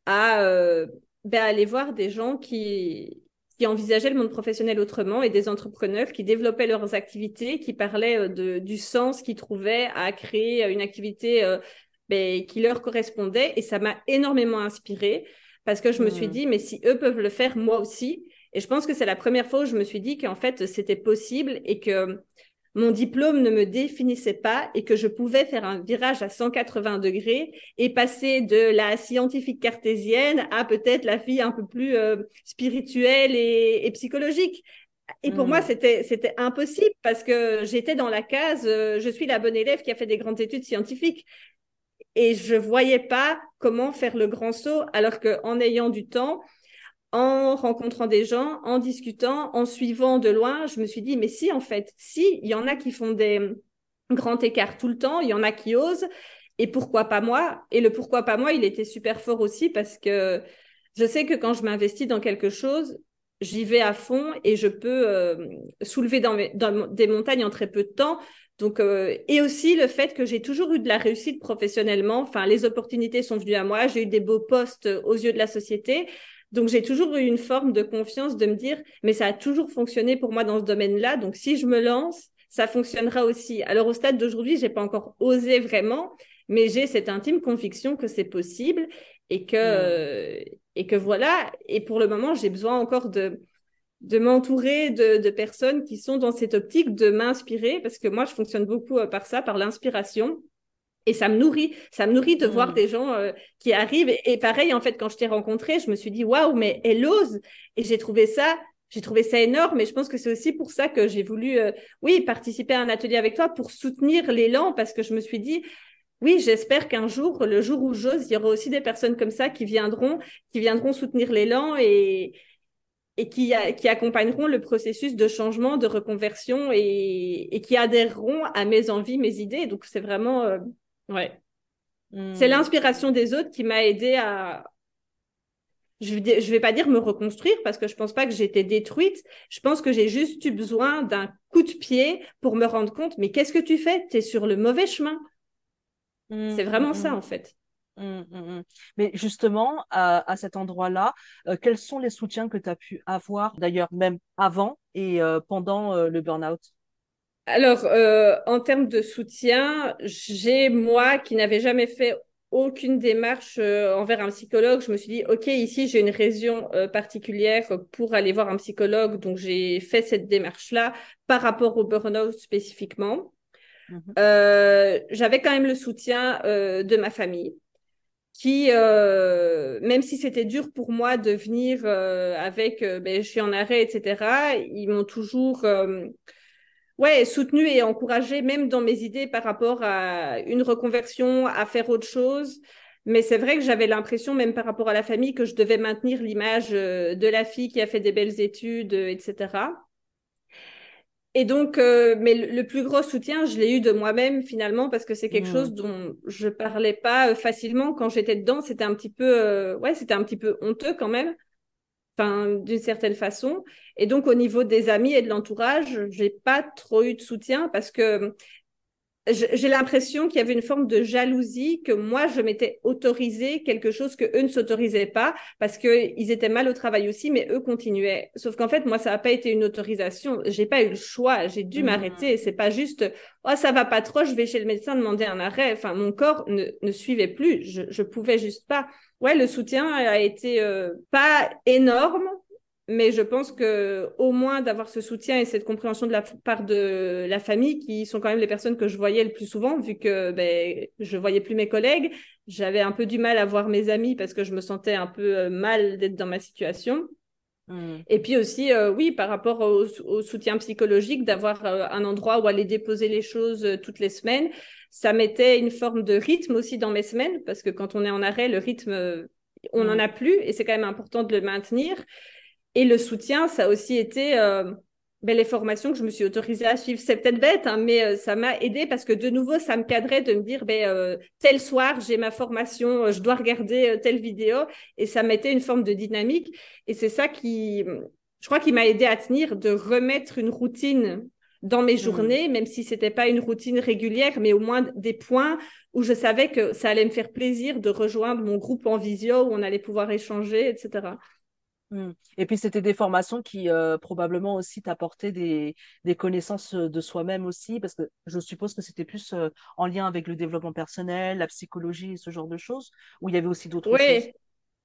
à euh, ben, aller voir des gens qui, qui envisageaient le monde professionnel autrement et des entrepreneurs qui développaient leurs activités, qui parlaient euh, de, du sens qu'ils trouvaient à créer une activité euh, ben, qui leur correspondait. Et ça m'a énormément inspirée parce que je me suis mm. dit, mais si eux peuvent le faire, moi aussi. Et je pense que c'est la première fois où je me suis dit qu'en fait, c'était possible et que mon diplôme ne me définissait pas et que je pouvais faire un virage à cent quatre-vingts degrés et passer de la scientifique cartésienne à peut-être la fille un peu plus euh, spirituelle et, et psychologique. Et pour moi, Mm. c'était, c'était impossible parce que j'étais dans la case, euh, je suis la bonne élève qui a fait des grandes études scientifiques. Et je voyais pas comment faire le grand saut alors qu'en ayant du temps, en rencontrant des gens, en discutant, en suivant de loin, je me suis dit, mais si, en fait, si, il y en a qui font des grands écarts tout le temps, il y en a qui osent, et pourquoi pas moi? Et le pourquoi pas moi, il était super fort aussi parce que je sais que quand je m'investis dans quelque chose, j'y vais à fond et je peux euh, soulever dans, mes, dans des montagnes en très peu de temps. Donc, euh, et aussi le fait que j'ai toujours eu de la réussite professionnellement. Enfin, les opportunités sont venues à moi. J'ai eu des beaux postes aux yeux de la société. Donc, j'ai toujours eu une forme de confiance de me dire, mais ça a toujours fonctionné pour moi dans ce domaine-là. Donc, si je me lance, ça fonctionnera aussi. Alors, au stade d'aujourd'hui, j'ai pas encore osé vraiment, mais j'ai cette intime conviction que c'est possible et que, Mm. euh, et que voilà. Et pour le moment, j'ai besoin encore de, de m'entourer de, de personnes qui sont dans cette optique de m'inspirer parce que moi, je fonctionne beaucoup euh, par ça, par l'inspiration. Et ça me nourrit, ça me nourrit de voir Mm. des gens euh, qui arrivent. Et, et pareil, en fait, quand je t'ai rencontré, je me suis dit, waouh, mais elle ose. Et j'ai trouvé ça, j'ai trouvé ça énorme. Et je pense que c'est aussi pour ça que j'ai voulu, euh, oui, participer à un atelier avec toi pour soutenir l'élan, parce que je me suis dit, oui, j'espère qu'un jour, le jour où j'ose, il y aura aussi des personnes comme ça qui viendront, qui viendront soutenir l'élan et, et qui, qui accompagneront le processus de changement, de reconversion et, et qui adhéreront à mes envies, mes idées. Donc, c'est vraiment, euh, ouais. C'est Mm. l'inspiration des autres qui m'a aidé à, je vais, je vais pas dire me reconstruire parce que je pense pas que j'ai été détruite. Je pense que j'ai juste eu besoin d'un coup de pied pour me rendre compte, mais qu'est-ce que tu fais? Tu es sur le mauvais chemin. Mm. C'est vraiment ça, Mm. en fait. Mm, mm, mm. Mais justement, à, à cet endroit-là, euh, quels sont les soutiens que tu as pu avoir, d'ailleurs même avant et euh, pendant euh, le burn-out? Alors, euh, en termes de soutien, j'ai, moi, qui n'avais jamais fait aucune démarche euh, envers un psychologue, je me suis dit, OK, ici, j'ai une raison euh, particulière pour aller voir un psychologue. Donc, j'ai fait cette démarche-là par rapport au burn-out spécifiquement. Mhm. Euh, j'avais quand même le soutien euh, de ma famille qui, euh, même si c'était dur pour moi de venir euh, avec, euh, ben, je suis en arrêt, et cetera, ils m'ont toujours euh, ouais, soutenu et encouragé, même dans mes idées par rapport à une reconversion, à faire autre chose. Mais c'est vrai que j'avais l'impression, même par rapport à la famille, que je devais maintenir l'image euh, de la fille qui a fait des belles études, euh, et cetera. Et donc, euh, mais le, le plus gros soutien, je l'ai eu de moi-même finalement, parce que c'est quelque Mm. chose dont je parlais pas euh, facilement quand j'étais dedans. C'était un petit peu, euh, ouais, c'était un petit peu honteux quand même, enfin, d'une certaine façon. Et donc, au niveau des amis et de l'entourage, j'ai pas trop eu de soutien parce que j'ai l'impression qu'il y avait une forme de jalousie que moi, je m'étais autorisé quelque chose que eux ne s'autorisaient pas parce qu'ils étaient mal au travail aussi, mais eux continuaient. Sauf qu'en fait, moi, ça n'a pas été une autorisation. J'ai pas eu le choix. J'ai dû Mm. m'arrêter. C'est pas juste, oh, ça va pas trop, je vais chez le médecin demander un arrêt. Enfin, mon corps ne, ne suivait plus. Je, je pouvais juste pas. Ouais, le soutien a été euh, pas énorme, mais je pense que au moins d'avoir ce soutien et cette compréhension de la part de la famille, qui sont quand même les personnes que je voyais le plus souvent, vu que ben, je voyais plus mes collègues, j'avais un peu du mal à voir mes amis parce que je me sentais un peu euh, mal d'être dans ma situation. Mm. Et puis aussi, euh, oui, par rapport au, au soutien psychologique, d'avoir euh, un endroit où aller déposer les choses euh, toutes les semaines, ça mettait une forme de rythme aussi dans mes semaines, parce que quand on est en arrêt, le rythme, euh, on n'en Mm. a plus, et c'est quand même important de le maintenir. Et le soutien, ça a aussi été euh, ben, les formations que je me suis autorisée à suivre. C'est peut-être bête, hein, mais euh, ça m'a aidé parce que de nouveau, ça me cadrait de me dire, ben, euh, tel soir, j'ai ma formation, euh, je dois regarder euh, telle vidéo. Et ça mettait une forme de dynamique. Et c'est ça qui, je crois, qui m'a aidé à tenir, de remettre une routine dans mes Mm. journées, même si c'était pas une routine régulière, mais au moins des points où je savais que ça allait me faire plaisir de rejoindre mon groupe en visio, où on allait pouvoir échanger, et cetera. Mm. Et puis c'était des formations qui euh, probablement aussi t'apportaient des, des connaissances euh, de soi-même aussi, parce que je suppose que c'était plus euh, en lien avec le développement personnel, la psychologie et ce genre de choses, ou il y avait aussi d'autres choses. Oui,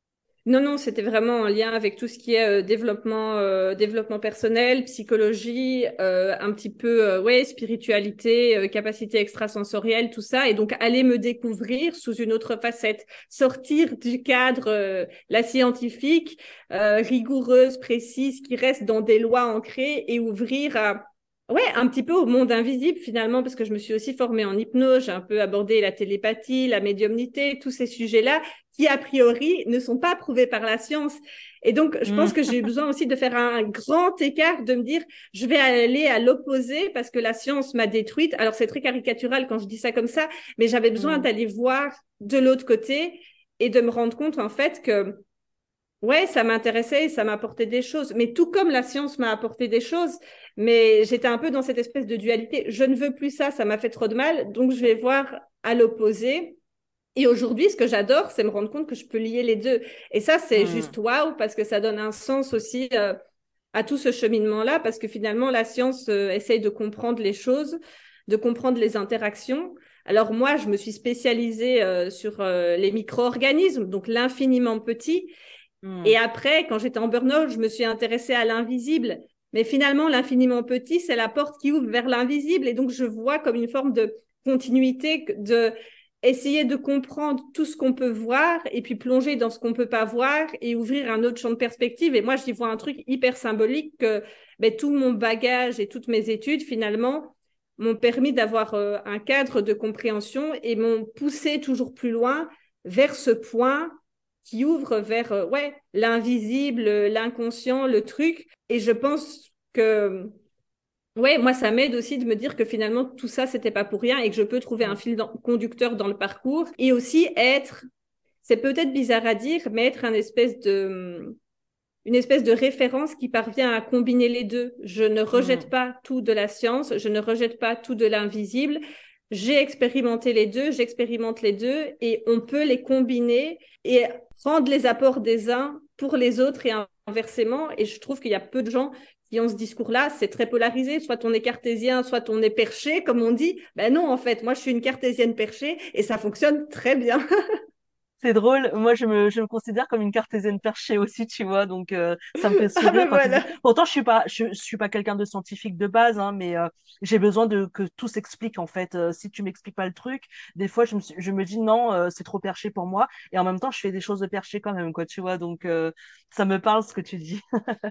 Non, non, c'était vraiment en lien avec tout ce qui est euh, développement, euh, développement personnel, psychologie, euh, un petit peu, euh, ouais, spiritualité, euh, capacité extrasensorielle, tout ça. Et donc, aller me découvrir sous une autre facette, sortir du cadre, euh, la scientifique, euh, rigoureuse, précise, qui reste dans des lois ancrées et ouvrir à, ouais, un petit peu au monde invisible finalement, parce que je me suis aussi formée en hypnose, j'ai un peu abordé la télépathie, la médiumnité, tous ces sujets-là qui, a priori, ne sont pas prouvés par la science. Et donc, je pense Mm. que j'ai eu besoin aussi de faire un grand écart, de me dire, je vais aller à l'opposé parce que la science m'a détruite. Alors, c'est très caricatural quand je dis ça comme ça, mais j'avais besoin Mm. d'aller voir de l'autre côté et de me rendre compte, en fait, que ouais, ça m'intéressait et ça m'apportait des choses. Mais tout comme la science m'a apporté des choses, mais j'étais un peu dans cette espèce de dualité. Je ne veux plus ça, ça m'a fait trop de mal, donc je vais voir à l'opposé. Et aujourd'hui, ce que j'adore, c'est me rendre compte que je peux lier les deux. Et ça, c'est Mm. juste waouh, parce que ça donne un sens aussi euh, à tout ce cheminement-là, parce que finalement, la science euh, essaye de comprendre les choses, de comprendre les interactions. Alors moi, je me suis spécialisée euh, sur euh, les micro-organismes, donc l'infiniment petit. Et Mm. après, quand j'étais en burn-out, je me suis intéressée à l'invisible. Mais finalement, l'infiniment petit, c'est la porte qui ouvre vers l'invisible. Et donc, je vois comme une forme de continuité, de essayer de comprendre tout ce qu'on peut voir et puis plonger dans ce qu'on peut pas voir et ouvrir un autre champ de perspective. Et moi, j'y vois un truc hyper symbolique que ben, tout mon bagage et toutes mes études, finalement, m'ont permis d'avoir euh, un cadre de compréhension et m'ont poussé toujours plus loin vers ce point qui ouvre vers euh, ouais, l'invisible, l'inconscient, le truc. Et je pense que ouais, moi, ça m'aide aussi de me dire que finalement, tout ça, c'était pas pour rien et que je peux trouver un Mm. fil dans- conducteur dans le parcours et aussi être, c'est peut-être bizarre à dire, mais être un espèce de, une espèce de référence qui parvient à combiner les deux. Je ne rejette Mm. pas tout de la science, je ne rejette pas tout de l'invisible. J'ai expérimenté les deux, j'expérimente les deux et on peut les combiner et prendre les apports des uns pour les autres et inversement. Et je trouve qu'il y a peu de gens qui ont ce discours-là. C'est très polarisé. Soit on est cartésien, soit on est perché, comme on dit. Ben non, en fait, moi, je suis une cartésienne perchée et ça fonctionne très bien. C'est drôle, moi je me, je me considère comme une cartésienne perchée aussi, tu vois, donc euh, ça me fait Ah sourire ben quand tu dis. voilà. Pourtant, je suis pas, je, je suis pas quelqu'un de scientifique de base, hein, mais euh, j'ai besoin de que tout s'explique en fait. Euh, si tu m'expliques pas le truc, des fois je me, suis- je me dis non, euh, c'est trop perché pour moi, et en même temps je fais des choses de perché quand même, quoi, tu vois, donc euh, ça me parle ce que tu dis.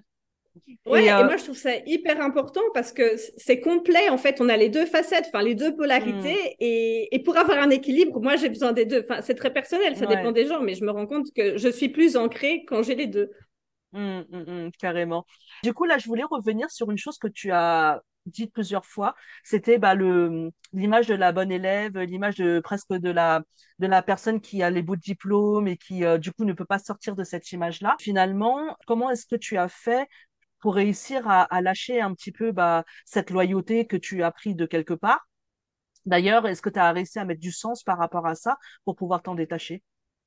Ouais, Et et euh, moi je trouve ça hyper important parce que c'est complet en fait. On a les deux facettes, enfin les deux hmm, polarités, et, et pour avoir un équilibre, moi j'ai besoin des deux. Enfin, c'est très personnel, ça dépend ouais. des gens, mais je me rends compte que je suis plus ancrée quand j'ai les deux. Mm, mm, mm, carrément. Du coup, là, je voulais revenir sur une chose que tu as dit plusieurs fois. C'était bah, le l'image de la bonne élève, l'image de presque de la de la personne qui a les bouts de diplôme et qui euh, du coup ne peut pas sortir de cette image-là. Finalement, comment est-ce que tu as fait pour réussir à, à lâcher un petit peu bah, cette loyauté que tu as pris de quelque part? D'ailleurs, est-ce que tu as réussi à mettre du sens par rapport à ça pour pouvoir t'en détacher?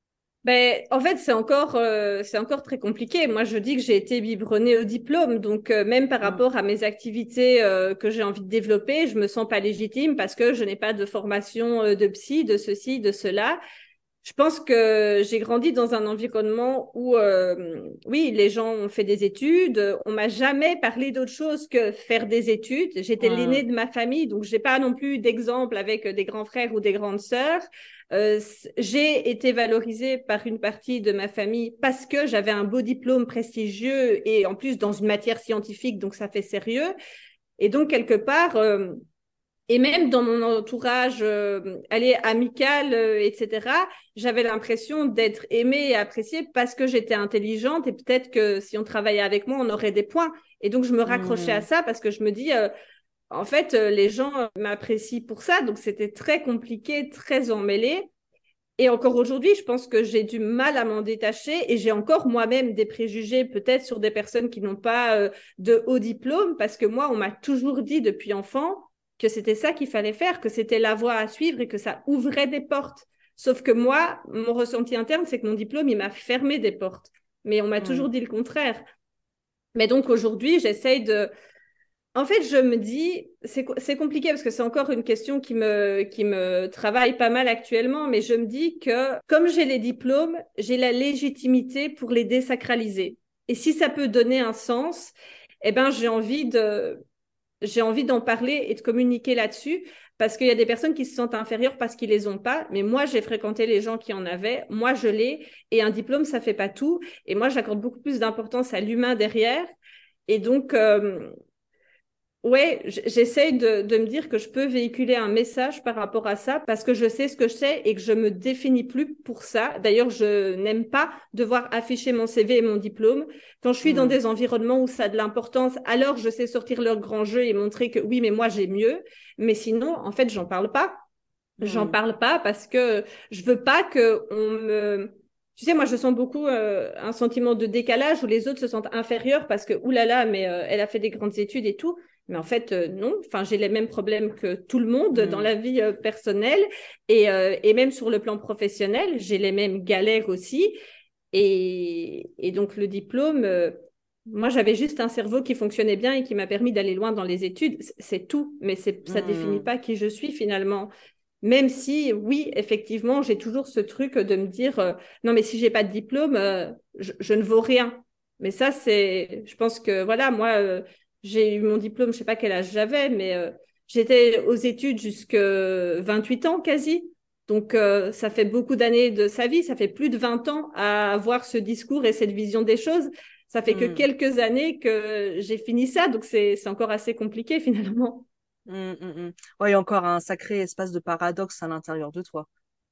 Ben, en fait, c'est encore, euh, c'est encore très compliqué. Moi, je dis que j'ai été biberonnée au diplôme, donc euh, même par Mm, rapport à mes activités euh, que j'ai envie de développer, je me sens pas légitime parce que je n'ai pas de formation euh, de psy, de ceci, de cela. Je pense que j'ai grandi dans un environnement où, euh, oui, les gens ont fait des études. On m'a jamais parlé d'autre chose que faire des études. J'étais l'aînée mm, de ma famille, donc j'ai pas non plus d'exemple avec des grands frères ou des grandes sœurs. Euh, j'ai été valorisée par une partie de ma famille parce que j'avais un beau diplôme prestigieux et en plus dans une matière scientifique, donc ça fait sérieux. Et donc quelque part, euh, et même dans mon entourage, euh, allez, amical, euh, et cetera, j'avais l'impression d'être aimée et appréciée parce que j'étais intelligente et peut-être que si on travaillait avec moi, on aurait des points. Et donc, je me raccrochais à mm, ça parce que je me dis, euh, en fait, euh, les gens euh, m'apprécient pour ça. Donc, c'était très compliqué, très emmêlé. Et encore aujourd'hui, je pense que j'ai du mal à m'en détacher et j'ai encore moi-même des préjugés peut-être sur des personnes qui n'ont pas euh, de haut diplôme parce que moi, on m'a toujours dit depuis enfant que c'était ça qu'il fallait faire, que c'était la voie à suivre et que ça ouvrait des portes. Sauf que moi, mon ressenti interne, c'est que mon diplôme, il m'a fermé des portes. Mais on m'a toujours mm, dit le contraire. Mais donc aujourd'hui, j'essaye de En fait, je me dis, c'est, c'est compliqué parce que c'est encore une question qui me, qui me travaille pas mal actuellement, mais je me dis que comme j'ai les diplômes, j'ai la légitimité pour les désacraliser. Et si ça peut donner un sens, eh ben, j'ai envie de, j'ai envie d'en parler et de communiquer là-dessus parce qu'il y a des personnes qui se sentent inférieures parce qu'ils les ont pas. Mais moi, j'ai fréquenté les gens qui en avaient. Moi, je l'ai. Et un diplôme, ça fait pas tout. Et moi, j'accorde beaucoup plus d'importance à l'humain derrière. Et donc, euh, ouais, j'essaye de, de me dire que je peux véhiculer un message par rapport à ça parce que je sais ce que je sais et que je me définis plus pour ça. D'ailleurs, je n'aime pas devoir afficher mon C V et mon diplôme. Quand je suis dans Mm. des environnements où ça a de l'importance, alors je sais sortir leur grand jeu et montrer que oui, mais moi j'ai mieux. Mais sinon, en fait, j'en parle pas. J'en Mm. parle pas parce que je veux pas que on me... Tu sais, moi, je sens beaucoup euh, un sentiment de décalage où les autres se sentent inférieurs parce que, oulala, mais euh, elle a fait des grandes études et tout. Mais en fait, euh, non. Enfin, j'ai les mêmes problèmes que tout le monde dans Mm. la vie euh, personnelle et, euh, et même sur le plan professionnel, j'ai les mêmes galères aussi. Et, et donc, le diplôme, euh, moi, j'avais juste un cerveau qui fonctionnait bien et qui m'a permis d'aller loin dans les études. C- C'est tout, mais c'est, ça définit Mm. pas qui je suis finalement. Même si, oui, effectivement, j'ai toujours ce truc de me dire, euh, non, mais si j'ai pas de diplôme, euh, je, je ne vaux rien. Mais ça, c'est, je pense que, voilà, moi, euh, j'ai eu mon diplôme, je sais pas quel âge j'avais, mais euh, j'étais aux études jusque vingt-huit ans quasi. Donc, euh, ça fait beaucoup d'années de sa vie, ça fait plus de vingt ans à avoir ce discours et cette vision des choses. Ça fait que Mm. quelques années que j'ai fini ça, donc c'est, c'est encore assez compliqué finalement. Mm, mm, mm. Ouais, il y a encore un sacré espace de paradoxe à l'intérieur de toi.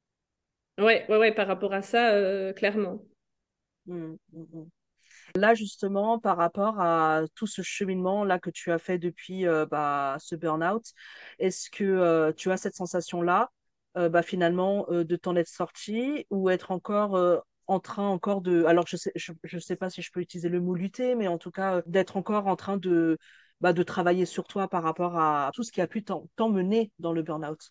Ouais, ouais, ouais, par rapport à ça, euh, clairement. Mm, mm, mm. Là, justement, par rapport à tout ce cheminement-là que tu as fait depuis euh, bah, ce burn-out, est-ce que euh, tu as cette sensation-là, euh, bah, finalement, euh, de t'en être sorti ou être encore euh, en train encore de... Alors, je sais, je, je sais pas si je peux utiliser le mot lutter, mais en tout cas, euh, d'être encore en train de, bah, de travailler sur toi par rapport à tout ce qui a pu t'en- t'emmener dans le burn-out.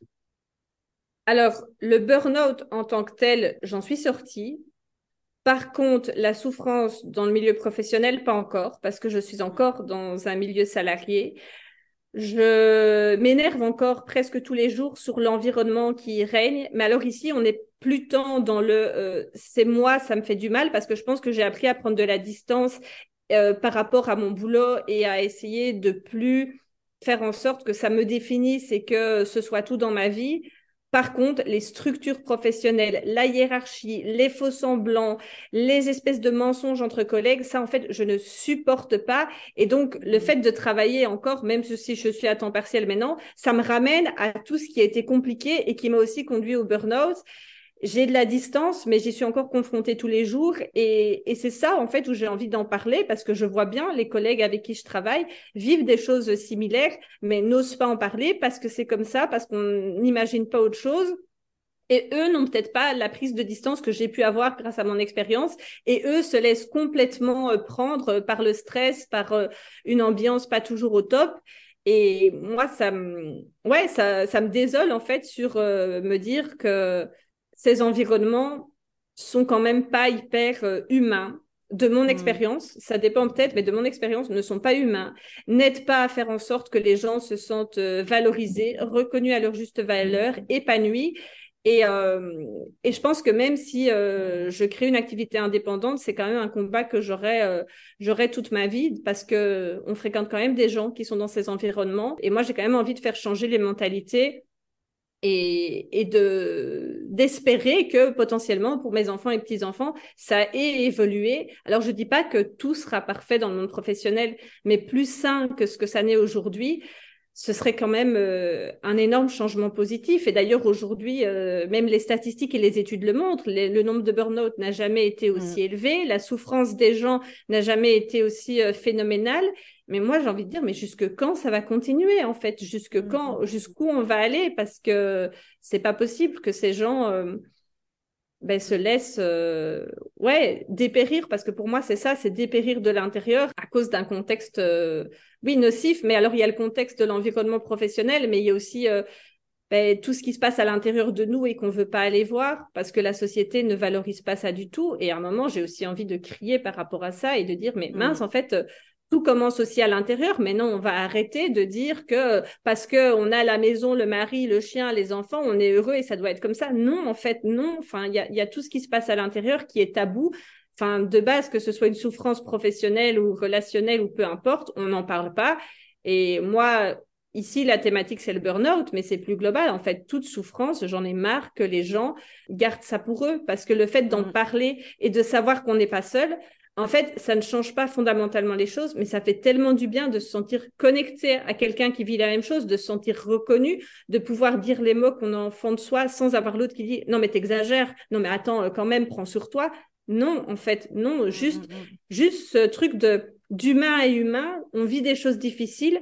Alors, le burn-out en tant que tel, j'en suis sortie. Par contre, la souffrance dans le milieu professionnel, pas encore, parce que je suis encore dans un milieu salarié. Je m'énerve encore presque tous les jours sur l'environnement qui y règne. Mais alors ici, on est plus tant dans le euh, c'est moi, ça me fait du mal, parce que je pense que j'ai appris à prendre de la distance euh, par rapport à mon boulot et à essayer de plus faire en sorte que ça me définisse et que ce soit tout dans ma vie. Par contre, les structures professionnelles, la hiérarchie, les faux semblants, les espèces de mensonges entre collègues, ça, en fait, je ne supporte pas. Et donc, le Mm. fait de travailler encore, même si je suis à temps partiel maintenant, ça me ramène à tout ce qui a été compliqué et qui m'a aussi conduit au burn-out. J'ai de la distance, mais j'y suis encore confrontée tous les jours. Et, et c'est ça, en fait, où j'ai envie d'en parler parce que je vois bien les collègues avec qui je travaille vivent des choses similaires, mais n'osent pas en parler parce que c'est comme ça, parce qu'on n'imagine pas autre chose. Et eux n'ont peut-être pas la prise de distance que j'ai pu avoir grâce à mon expérience. Et eux se laissent complètement euh, prendre par le stress, par euh, une ambiance pas toujours au top. Et moi, ça me, ouais, ça, ça me désole en fait sur euh, me dire que ces environnements sont quand même pas hyper euh, humains. De mon Mm. expérience, ça dépend peut-être, mais de mon expérience, ne sont pas humains, n'aident pas à faire en sorte que les gens se sentent euh, valorisés, reconnus à leur juste valeur, épanouis. Et, euh, et je pense que même si euh, je crée une activité indépendante, c'est quand même un combat que j'aurai euh, j'aurai toute ma vie parce que on fréquente quand même des gens qui sont dans ces environnements. Et moi, j'ai quand même envie de faire changer les mentalités et, et de d'espérer que potentiellement pour mes enfants et petits-enfants, ça ait évolué. Alors, je dis pas que tout sera parfait dans le monde professionnel, mais plus sain que ce que ça n'est aujourd'hui, ce serait quand même euh, un énorme changement positif. Et d'ailleurs, aujourd'hui, euh, même les statistiques et les études le montrent, les, le nombre de burn-out n'a jamais été Mm. aussi élevé, la souffrance des gens n'a jamais été aussi euh, phénoménale. Mais moi, j'ai envie de dire, mais jusque quand ça va continuer, en fait? Jusque Mm. quand, Mm. jusqu'où on va aller? Parce que c'est pas possible que ces gens euh, ben, se laissent euh, ouais, dépérir, parce que pour moi, c'est ça, c'est dépérir de l'intérieur à cause d'un contexte, euh, oui, nocif. Mais alors, il y a le contexte de l'environnement professionnel, mais il y a aussi euh, ben, tout ce qui se passe à l'intérieur de nous et qu'on veut pas aller voir parce que la société ne valorise pas ça du tout. Et à un moment, j'ai aussi envie de crier par rapport à ça et de dire, mais mince, Mm. en fait, tout commence aussi à l'intérieur, mais non, on va arrêter de dire que parce qu'on a la maison, le mari, le chien, les enfants, on est heureux et ça doit être comme ça. Non, en fait, non. Enfin, il y a, y a tout ce qui se passe à l'intérieur qui est tabou. Enfin, de base, que ce soit une souffrance professionnelle ou relationnelle ou peu importe, on n'en parle pas. Et moi, ici, la thématique, c'est le burn-out, mais c'est plus global. En fait, toute souffrance, j'en ai marre que les gens gardent ça pour eux parce que le fait d'en Mm. parler et de savoir qu'on n'est pas seul, en fait, ça ne change pas fondamentalement les choses, mais ça fait tellement du bien de se sentir connecté à quelqu'un qui vit la même chose, de se sentir reconnu, de pouvoir dire les mots qu'on a en fond de soi sans avoir l'autre qui dit « Non, mais t'exagères. Non, mais attends, quand même, prends sur toi. » Non, en fait, non. Juste, Mm, mm, juste ce truc de d'humain à humain, on vit des choses difficiles,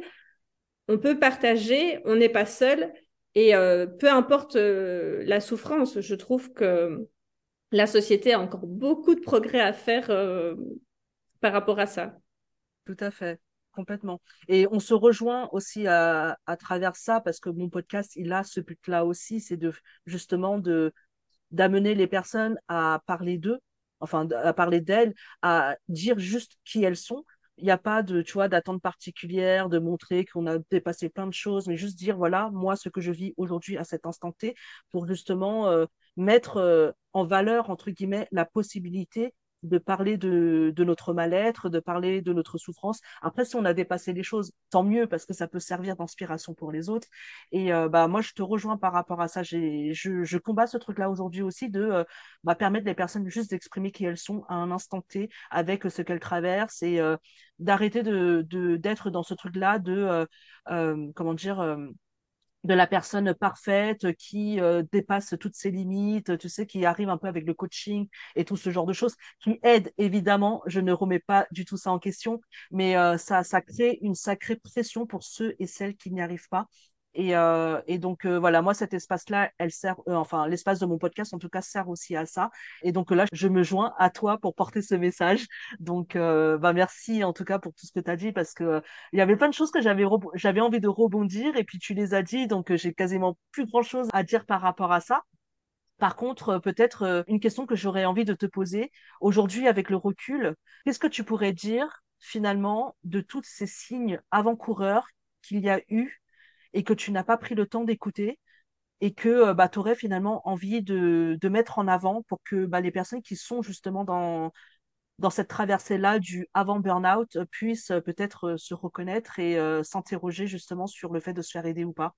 on peut partager, on n'est pas seul. Et euh, peu importe euh, la souffrance, je trouve que la société a encore beaucoup de progrès à faire euh, par rapport à ça. tout à fait, complètement. Et on se rejoint aussi à, à travers ça parce que mon podcast, il a ce but-là aussi, c'est de justement de d'amener les personnes à parler d'eux, enfin à parler d'elles, à dire juste qui elles sont. Il n'y a pas de, tu vois, d'attente particulière, de montrer qu'on a dépassé plein de choses, mais juste dire, voilà, moi, ce que je vis aujourd'hui à cet instant T, pour justement euh, mettre euh, en valeur, entre guillemets, la possibilité de parler de, de notre mal-être, de parler de notre souffrance. Après, si on a dépassé les choses, tant mieux, parce que ça peut servir d'inspiration pour les autres. Et euh, bah, moi, je te rejoins par rapport à ça. J'ai, je, je combats ce truc-là aujourd'hui aussi de euh, bah, permettre les personnes juste d'exprimer qui elles sont à un instant T avec ce qu'elles traversent et euh, d'arrêter de, de, d'être dans ce truc-là de, euh, euh, comment dire, euh, de la personne parfaite qui euh, dépasse toutes ses limites, tu sais, qui arrive un peu avec le coaching et tout ce genre de choses, qui aide évidemment, je ne remets pas du tout ça en question, mais euh, ça, ça crée une sacrée pression pour ceux et celles qui n'y arrivent pas. Et, euh, et donc euh, voilà, moi cet espace-là, elle sert, euh, enfin l'espace de mon podcast en tout cas sert aussi à ça. Et donc là, je me joins à toi pour porter ce message. Donc euh, bah merci en tout cas pour tout ce que tu as dit parce que il y avait plein de choses que j'avais rebo- j'avais envie de rebondir et puis tu les as dit, donc euh, j'ai quasiment plus grand-chose à dire par rapport à ça. Par contre, euh, peut-être euh, une question que j'aurais envie de te poser aujourd'hui avec le recul, qu'est-ce que tu pourrais dire finalement de tous ces signes avant-coureurs qu'il y a eu et que tu n'as pas pris le temps d'écouter et que euh, bah, tu aurais finalement envie de, de mettre en avant pour que bah, les personnes qui sont justement dans dans cette traversée-là du avant burn-out euh, puissent euh, peut-être euh, se reconnaître et euh, s'interroger justement sur le fait de se faire aider ou pas.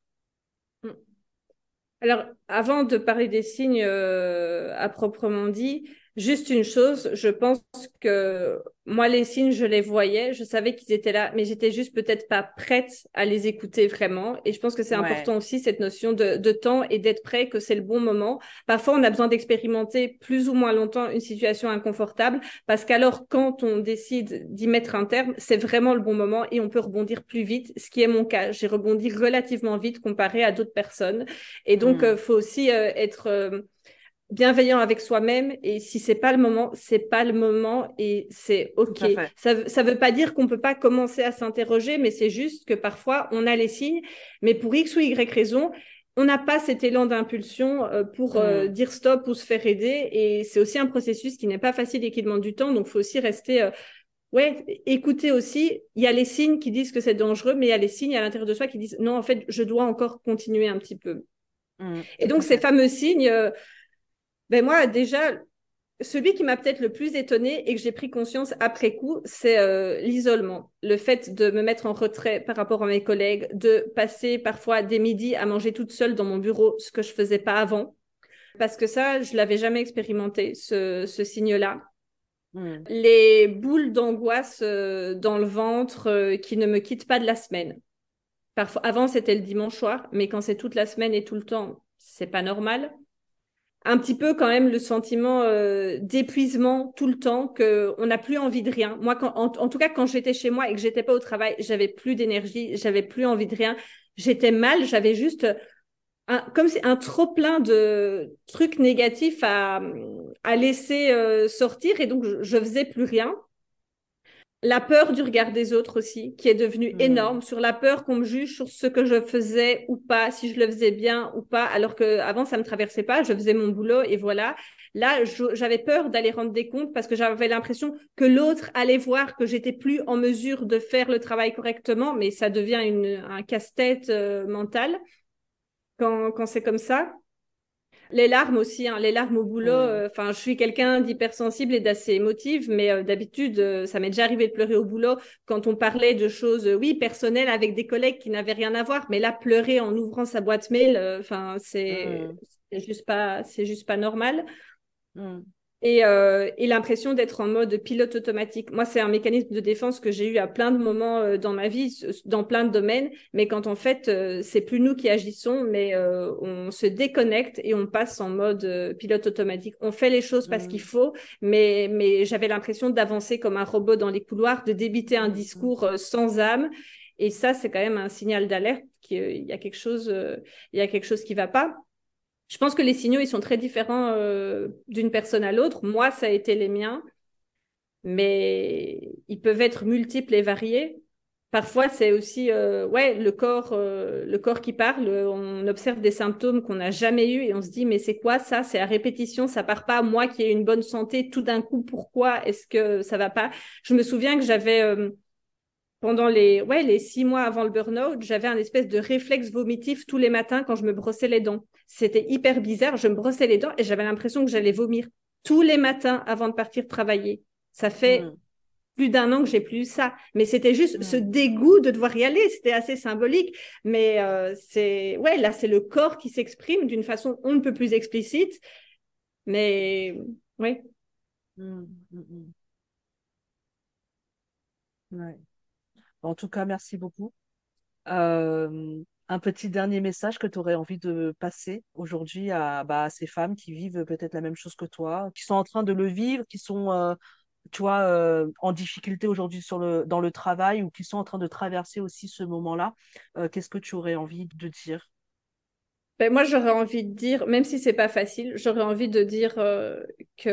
Alors, avant de parler des signes euh, à proprement dit, juste une chose, je pense que moi, les signes, je les voyais, je savais qu'ils étaient là, mais j'étais juste peut-être pas prête à les écouter vraiment. Et je pense que c'est Ouais. important aussi, cette notion de, de temps et d'être prêt, que c'est le bon moment. Parfois, on a besoin d'expérimenter plus ou moins longtemps une situation inconfortable, parce qu'alors, quand on décide d'y mettre un terme, c'est vraiment le bon moment et on peut rebondir plus vite, ce qui est mon cas. J'ai rebondi relativement vite comparé à d'autres personnes. Et donc, il Mm. euh, faut aussi euh, être euh, bienveillant avec soi-même. Et si c'est pas le moment, c'est pas le moment et c'est Tout OK. à fait. Ça, ça veut pas dire qu'on peut pas commencer à s'interroger, mais c'est juste que parfois, on a les signes, mais pour X ou Y raison, on n'a pas cet élan d'impulsion euh, pour euh, Mm. dire stop ou se faire aider. Et c'est aussi un processus qui n'est pas facile et qui demande du temps. Donc, il faut aussi rester... Euh, Ouais, écoutez aussi, il y a les signes qui disent que c'est dangereux, mais il y a les signes à l'intérieur de soi qui disent non, en fait, je dois encore continuer un petit peu. Mm. Et Tout donc, à ces fait. fameux signes, euh, ben moi, déjà, celui qui m'a peut-être le plus étonnée et que j'ai pris conscience après coup, c'est euh, l'isolement. Le fait de me mettre en retrait par rapport à mes collègues, de passer parfois des midis à manger toute seule dans mon bureau, ce que je faisais pas avant. Parce que ça, je l'avais jamais expérimenté, ce, ce signe-là. Mm. Les boules d'angoisse euh, dans le ventre euh, qui ne me quittent pas de la semaine. Parfois, avant, c'était le dimanche soir, mais quand c'est toute la semaine et tout le temps, c'est pas normal. Un petit peu quand même le sentiment euh, d'épuisement tout le temps, qu'on n'a plus envie de rien. Moi, quand, en, en tout cas, quand j'étais chez moi et que j'étais pas au travail, j'avais plus d'énergie, j'avais plus envie de rien. J'étais mal, j'avais juste un, comme c'est un trop plein de trucs négatifs à, à laisser euh, sortir et donc je, je faisais plus rien. La peur du regard des autres aussi, qui est devenue Mm. énorme, sur la peur qu'on me juge sur ce que je faisais ou pas, si je le faisais bien ou pas, alors qu'avant, ça ne me traversait pas, je faisais mon boulot et voilà. Là, je, j'avais peur d'aller rendre des comptes parce que j'avais l'impression que l'autre allait voir que j'étais plus en mesure de faire le travail correctement, mais ça devient une, un casse-tête euh, mental quand, quand c'est comme ça. Les larmes aussi, hein, les larmes au boulot. Mm. Enfin, euh, je suis quelqu'un d'hypersensible et d'assez émotive, mais euh, d'habitude, euh, ça m'est déjà arrivé de pleurer au boulot quand on parlait de choses, euh, oui, personnelles avec des collègues qui n'avaient rien à voir. Mais là, pleurer en ouvrant sa boîte mail, euh, enfin, c'est Mm. c'est juste pas, c'est juste pas normal. Mm. Et, euh, et l'impression d'être en mode pilote automatique. Moi, c'est un mécanisme de défense que j'ai eu à plein de moments euh, dans ma vie, dans plein de domaines, mais quand en fait, euh, c'est plus nous qui agissons, mais euh, on se déconnecte et on passe en mode euh, pilote automatique. On fait les choses parce qu'il Mm. faut, mais, mais j'avais l'impression d'avancer comme un robot dans les couloirs, de débiter un Mm. Mm. discours euh, sans âme. Et ça, c'est quand même un signal d'alerte qu'il y a quelque chose, euh, il y a quelque chose qui va pas. Je pense que les signaux, ils sont très différents euh, d'une personne à l'autre. Moi, ça a été les miens, mais ils peuvent être multiples et variés. Parfois, c'est aussi euh, ouais, le corps, euh, le corps qui parle. On observe des symptômes qu'on n'a jamais eus et on se dit, mais c'est quoi ça? C'est à répétition, ça part pas. Moi qui ai une bonne santé, tout d'un coup, pourquoi est-ce que ça va pas? Je me souviens que j'avais... Euh, pendant les, ouais, les six mois avant le burn-out, j'avais un espèce de réflexe vomitif tous les matins quand je me brossais les dents. C'était hyper bizarre. Je me brossais les dents et j'avais l'impression que j'allais vomir tous les matins avant de partir travailler. Ça fait Mm. plus d'un an que j'ai plus eu ça. Mais c'était juste ce Mm. dégoût de devoir y aller. C'était assez symbolique. Mais euh, c'est, ouais, là, c'est le corps qui s'exprime d'une façon on ne peut plus explicite. Mais, ouais. Mm. Mm. Mm. Ouais. En tout cas, merci beaucoup. Euh, un petit dernier message que tu aurais envie de passer aujourd'hui à, bah, à ces femmes qui vivent peut-être la même chose que toi, qui sont en train de le vivre, qui sont, euh, tu vois, euh, en difficulté aujourd'hui sur le, dans le travail ou qui sont en train de traverser aussi ce moment-là. Euh, qu'est-ce que tu aurais envie de dire? Ben, moi, j'aurais envie de dire, même si c'est pas facile, j'aurais envie de dire euh,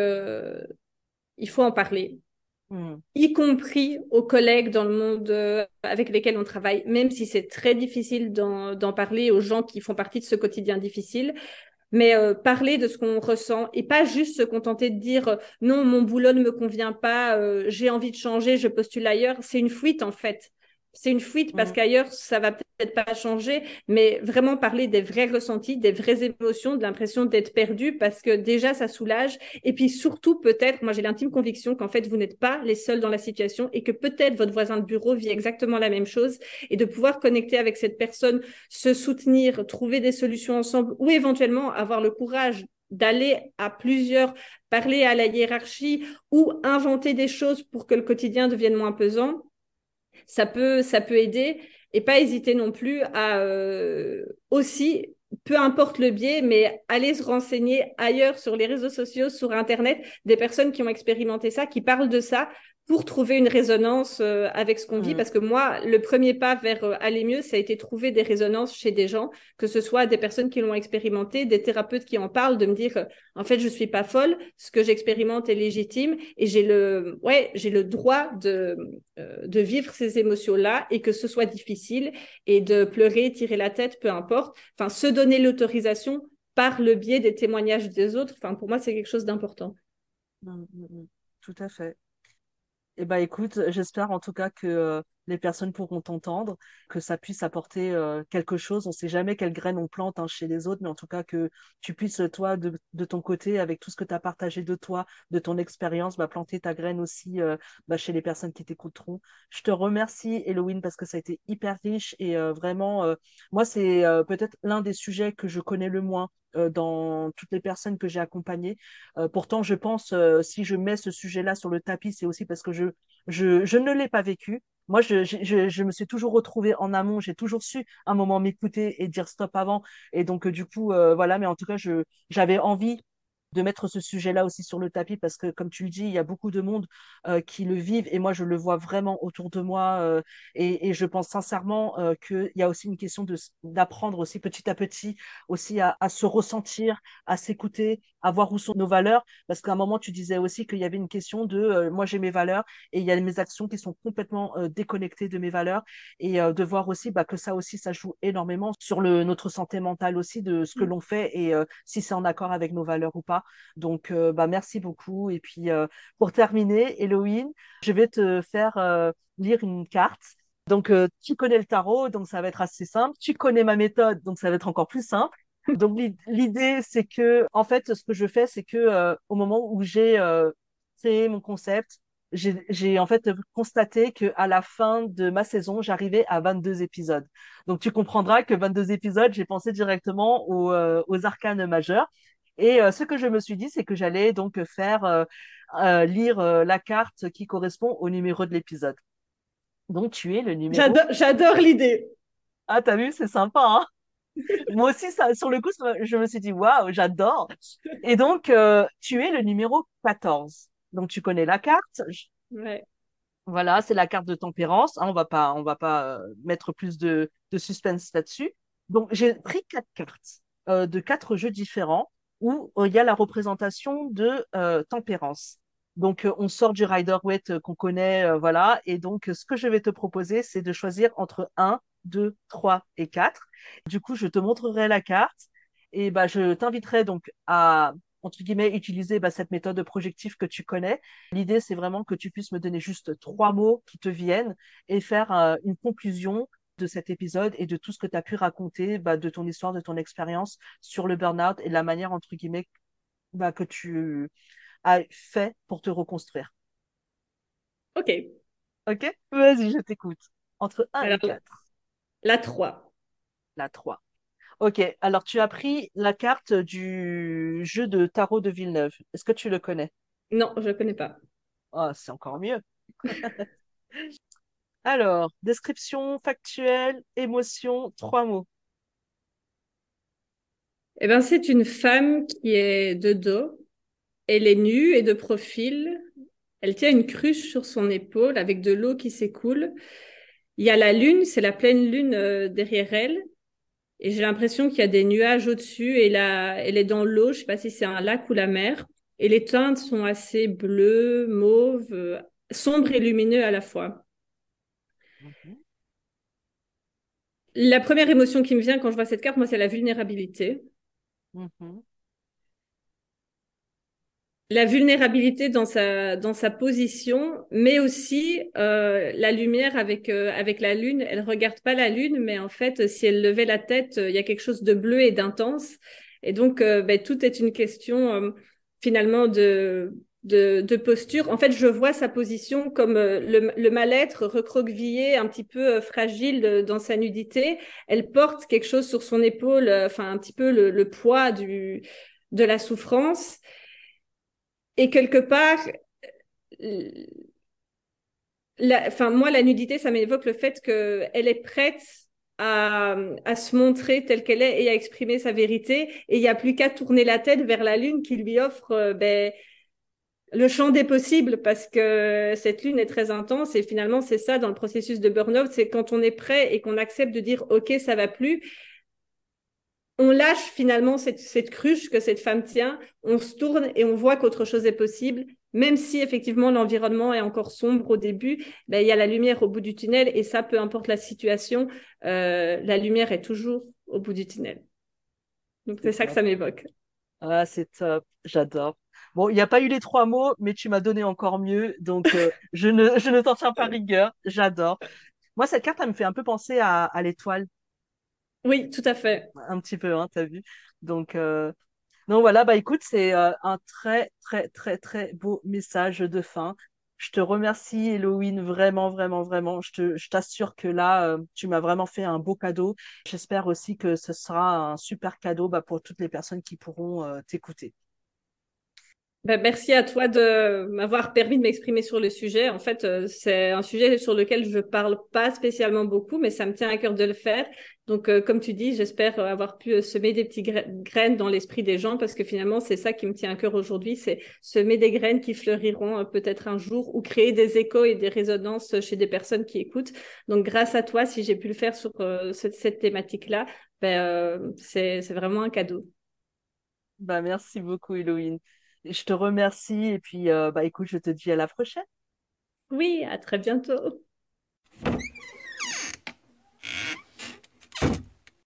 que il faut en parler, Mm. y compris aux collègues dans le monde euh, avec lesquels on travaille, même si c'est très difficile d'en, d'en parler aux gens qui font partie de ce quotidien difficile, mais euh, parler de ce qu'on ressent et pas juste se contenter de dire euh, non, mon boulot ne me convient pas, euh, j'ai envie de changer, je postule ailleurs. C'est une fuite en fait. C'est une fuite parce Mm. qu'ailleurs, ça va peut-être pas changer, mais vraiment parler des vrais ressentis, des vraies émotions, de l'impression d'être perdu parce que déjà, ça soulage. Et puis surtout, peut-être, moi j'ai l'intime conviction qu'en fait, vous n'êtes pas les seuls dans la situation et que peut-être votre voisin de bureau vit exactement la même chose et de pouvoir connecter avec cette personne, se soutenir, trouver des solutions ensemble ou éventuellement avoir le courage d'aller à plusieurs, parler à la hiérarchie ou inventer des choses pour que le quotidien devienne moins pesant, ça peut, ça peut aider. Et pas hésiter non plus à euh, aussi, peu importe le biais, mais aller se renseigner ailleurs sur les réseaux sociaux, sur Internet, des personnes qui ont expérimenté ça, qui parlent de ça, pour trouver une résonance euh, avec ce qu'on vit. Mm. Parce que moi, le premier pas vers euh, aller mieux, ça a été trouver des résonances chez des gens, que ce soit des personnes qui l'ont expérimenté, des thérapeutes qui en parlent, de me dire, euh, en fait, je suis pas folle, ce que j'expérimente est légitime et j'ai le, ouais, j'ai le droit de, euh, de vivre ces émotions-là et que ce soit difficile et de pleurer, tirer la tête, peu importe. Enfin, se donner l'autorisation par le biais des témoignages des autres, enfin, pour moi, c'est quelque chose d'important. Mm. Mm. Mm. Tout à fait. Eh ben, écoute, j'espère en tout cas que euh, les personnes pourront t'entendre, que ça puisse apporter euh, quelque chose. On ne sait jamais quelles graines on plante hein, chez les autres, mais en tout cas que tu puisses, toi, de, de ton côté, avec tout ce que tu as partagé de toi, de ton expérience, bah, planter ta graine aussi euh, bah, chez les personnes qui t'écouteront. Je te remercie, Héloïne, parce que ça a été hyper riche et euh, vraiment, euh, moi, c'est euh, peut-être l'un des sujets que je connais le moins euh, dans toutes les personnes que j'ai accompagnées. Euh, pourtant, je pense, euh, si je mets ce sujet-là sur le tapis, c'est aussi parce que je, je, je ne l'ai pas vécu. Moi, je, je, je, je me suis toujours retrouvée en amont. J'ai toujours su un moment m'écouter et dire stop avant. Et donc, euh, du coup, euh, voilà. Mais en tout cas, je, j'avais envie de mettre ce sujet-là aussi sur le tapis parce que, comme tu le dis, il y a beaucoup de monde euh, qui le vivent et moi, je le vois vraiment autour de moi euh, et, et je pense sincèrement euh, qu'il y a aussi une question de, d'apprendre aussi petit à petit aussi à, à se ressentir, à s'écouter, à voir où sont nos valeurs parce qu'à un moment, tu disais aussi qu'il y avait une question de euh, moi, j'ai mes valeurs et il y a mes actions qui sont complètement euh, déconnectées de mes valeurs et euh, de voir aussi bah, que ça aussi, ça joue énormément sur le, notre santé mentale aussi de ce que l'on fait et euh, si c'est en accord avec nos valeurs ou pas. cetera. Donc, euh, bah, merci beaucoup. Et puis, euh, pour terminer, Héloïne, je vais te faire euh, lire une carte. Donc, euh, tu connais le tarot, donc ça va être assez simple. Tu connais ma méthode, donc ça va être encore plus simple. Donc, l'i- l'idée, c'est que, en fait, ce que je fais, c'est que euh, au moment où j'ai euh, créé mon concept, j'ai, j'ai en fait constaté que à la fin de ma saison, j'arrivais à vingt-deux épisodes. Donc, tu comprendras que vingt-deux épisodes, j'ai pensé directement aux, euh, aux arcanes majeurs. Et euh, ce que je me suis dit, c'est que j'allais donc faire euh, euh, lire euh, la carte qui correspond au numéro de l'épisode. Donc, tu es le numéro. J'adore, j'adore l'idée. Ah, t'as vu, c'est sympa, hein? Moi aussi, ça, sur le coup, ça m'a- je me suis dit, waouh, j'adore. Et donc, euh, tu es le numéro quatorze. Donc, tu connais la carte. Je- Ouais. Voilà, c'est la carte de tempérance. Hein, on va pas, on va pas euh, mettre plus de, de suspense là-dessus. Donc, j'ai pris quatre cartes euh, de quatre jeux différents où euh, il y a la représentation de euh, tempérance. Donc, euh, on sort du Rider-Waite euh, qu'on connaît, euh, voilà. Et donc, euh, ce que je vais te proposer, c'est de choisir entre un, deux, trois et quatre. Du coup, je te montrerai la carte et bah, je t'inviterai donc à, entre guillemets, utiliser bah, cette méthode projective que tu connais. L'idée, c'est vraiment que tu puisses me donner juste trois mots qui te viennent et faire euh, une conclusion de cet épisode et de tout ce que tu as pu raconter, bah, de ton histoire, de ton expérience sur le burn-out et de la manière, entre guillemets, bah, que tu as fait pour te reconstruire. Ok. Ok? Vas-y, je t'écoute. Entre un et Alors, quatre. la trois. La trois. Ok, alors tu as pris la carte du jeu de tarot de Villeneuve. Est-ce que tu le connais? Non, je ne connais pas. Ah, c'est encore mieux. Alors, description factuelle, émotion, trois mots. Eh ben, c'est une femme qui est de dos. Elle est nue et de profil. Elle tient une cruche sur son épaule avec de l'eau qui s'écoule. Il y a la lune, c'est la pleine lune euh, derrière elle. Et j'ai l'impression qu'il y a des nuages au-dessus. Et là, elle est dans l'eau. Je sais pas si c'est un lac ou la mer. Et les teintes sont assez bleues, mauves, euh, sombres et lumineux à la fois. Mhm, La première émotion qui me vient quand je vois cette carte, moi, c'est la vulnérabilité. mhm, La vulnérabilité dans sa, dans sa position, mais aussi euh, la lumière avec, euh, avec la lune. Elle regarde pas la lune, mais en fait, si elle levait la tête, euh, il y a quelque chose de bleu et d'intense. Et donc, euh, ben, tout est une question euh, finalement de, de, de posture. En fait, je vois sa position comme euh, le, le mal-être recroquevillé, un petit peu euh, fragile de- dans sa nudité. Elle porte quelque chose sur son épaule, euh, enfin un petit peu le, le poids du, de la souffrance. Et quelque part, la, enfin, moi, la nudité, ça m'évoque le fait qu'elle est prête à, à se montrer telle qu'elle est et à exprimer sa vérité. Et il n'y a plus qu'à tourner la tête vers la lune qui lui offre euh, ben, le champ des possibles parce que cette lune est très intense. Et finalement, c'est ça dans le processus de burn-out, c'est quand on est prêt et qu'on accepte de dire, OK, ça va plus, on lâche finalement cette, cette cruche que cette femme tient, on se tourne et on voit qu'autre chose est possible, même si effectivement l'environnement est encore sombre au début, ben, il y a la lumière au bout du tunnel et ça, peu importe la situation, euh, la lumière est toujours au bout du tunnel. Donc c'est c'est ça que top. ça m'évoque. Ah, c'est top. J'adore. Bon, il n'y a pas eu les trois mots, mais tu m'as donné encore mieux. Donc, euh, je ne, je ne t'en tiens pas rigueur. J'adore. Moi, cette carte, elle me fait un peu penser à, à l'étoile. Oui, tout à fait. Un petit peu, hein, t'as vu? Donc, euh, donc voilà, bah écoute, c'est euh, un très, très, très, très beau message de fin. Je te remercie, Elohim, vraiment, vraiment, vraiment. Je te, je t'assure que là, euh, tu m'as vraiment fait un beau cadeau. J'espère aussi que ce sera un super cadeau bah, pour toutes les personnes qui pourront euh, t'écouter. Ben, merci à toi de m'avoir permis de m'exprimer sur le sujet. En fait, euh, c'est un sujet sur lequel je parle pas spécialement beaucoup, mais ça me tient à cœur de le faire. Donc, euh, comme tu dis, j'espère avoir pu euh, semer des petites gra- graines dans l'esprit des gens parce que finalement, c'est ça qui me tient à cœur aujourd'hui, c'est semer des graines qui fleuriront euh, peut-être un jour ou créer des échos et des résonances chez des personnes qui écoutent. Donc, grâce à toi, si j'ai pu le faire sur euh, cette, cette thématique-là, ben, euh, c'est, c'est vraiment un cadeau. Bah, merci beaucoup, Elohim. Je te remercie et puis euh, bah écoute, je te dis à la prochaine. Oui, à très bientôt.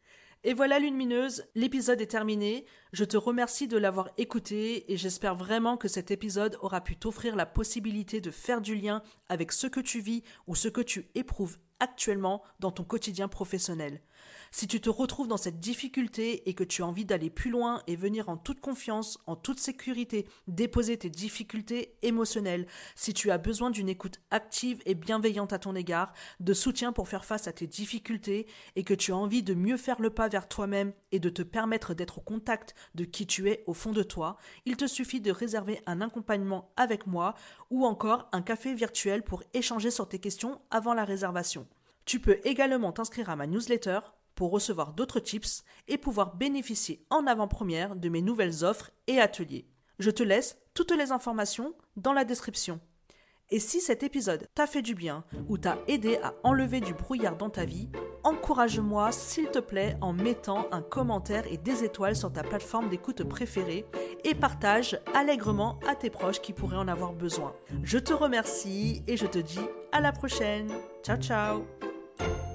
Et voilà Lumineuse, l'épisode est terminé. Je te remercie de l'avoir écouté et j'espère vraiment que cet épisode aura pu t'offrir la possibilité de faire du lien avec ce que tu vis ou ce que tu éprouves actuellement dans ton quotidien professionnel. Si tu te retrouves dans cette difficulté et que tu as envie d'aller plus loin et venir en toute confiance, en toute sécurité, déposer tes difficultés émotionnelles, si tu as besoin d'une écoute active et bienveillante à ton égard, de soutien pour faire face à tes difficultés et que tu as envie de mieux faire le pas vers toi-même et de te permettre d'être au contact de qui tu es au fond de toi, il te suffit de réserver un accompagnement avec moi ou encore un café virtuel pour échanger sur tes questions avant la réservation. Tu peux également t'inscrire à ma newsletter pour recevoir d'autres tips et pouvoir bénéficier en avant-première de mes nouvelles offres et ateliers. Je te laisse toutes les informations dans la description. Et si cet épisode t'a fait du bien ou t'a aidé à enlever du brouillard dans ta vie, encourage-moi s'il te plaît en mettant un commentaire et des étoiles sur ta plateforme d'écoute préférée et partage allègrement à tes proches qui pourraient en avoir besoin. Je te remercie et je te dis à la prochaine. Ciao ciao.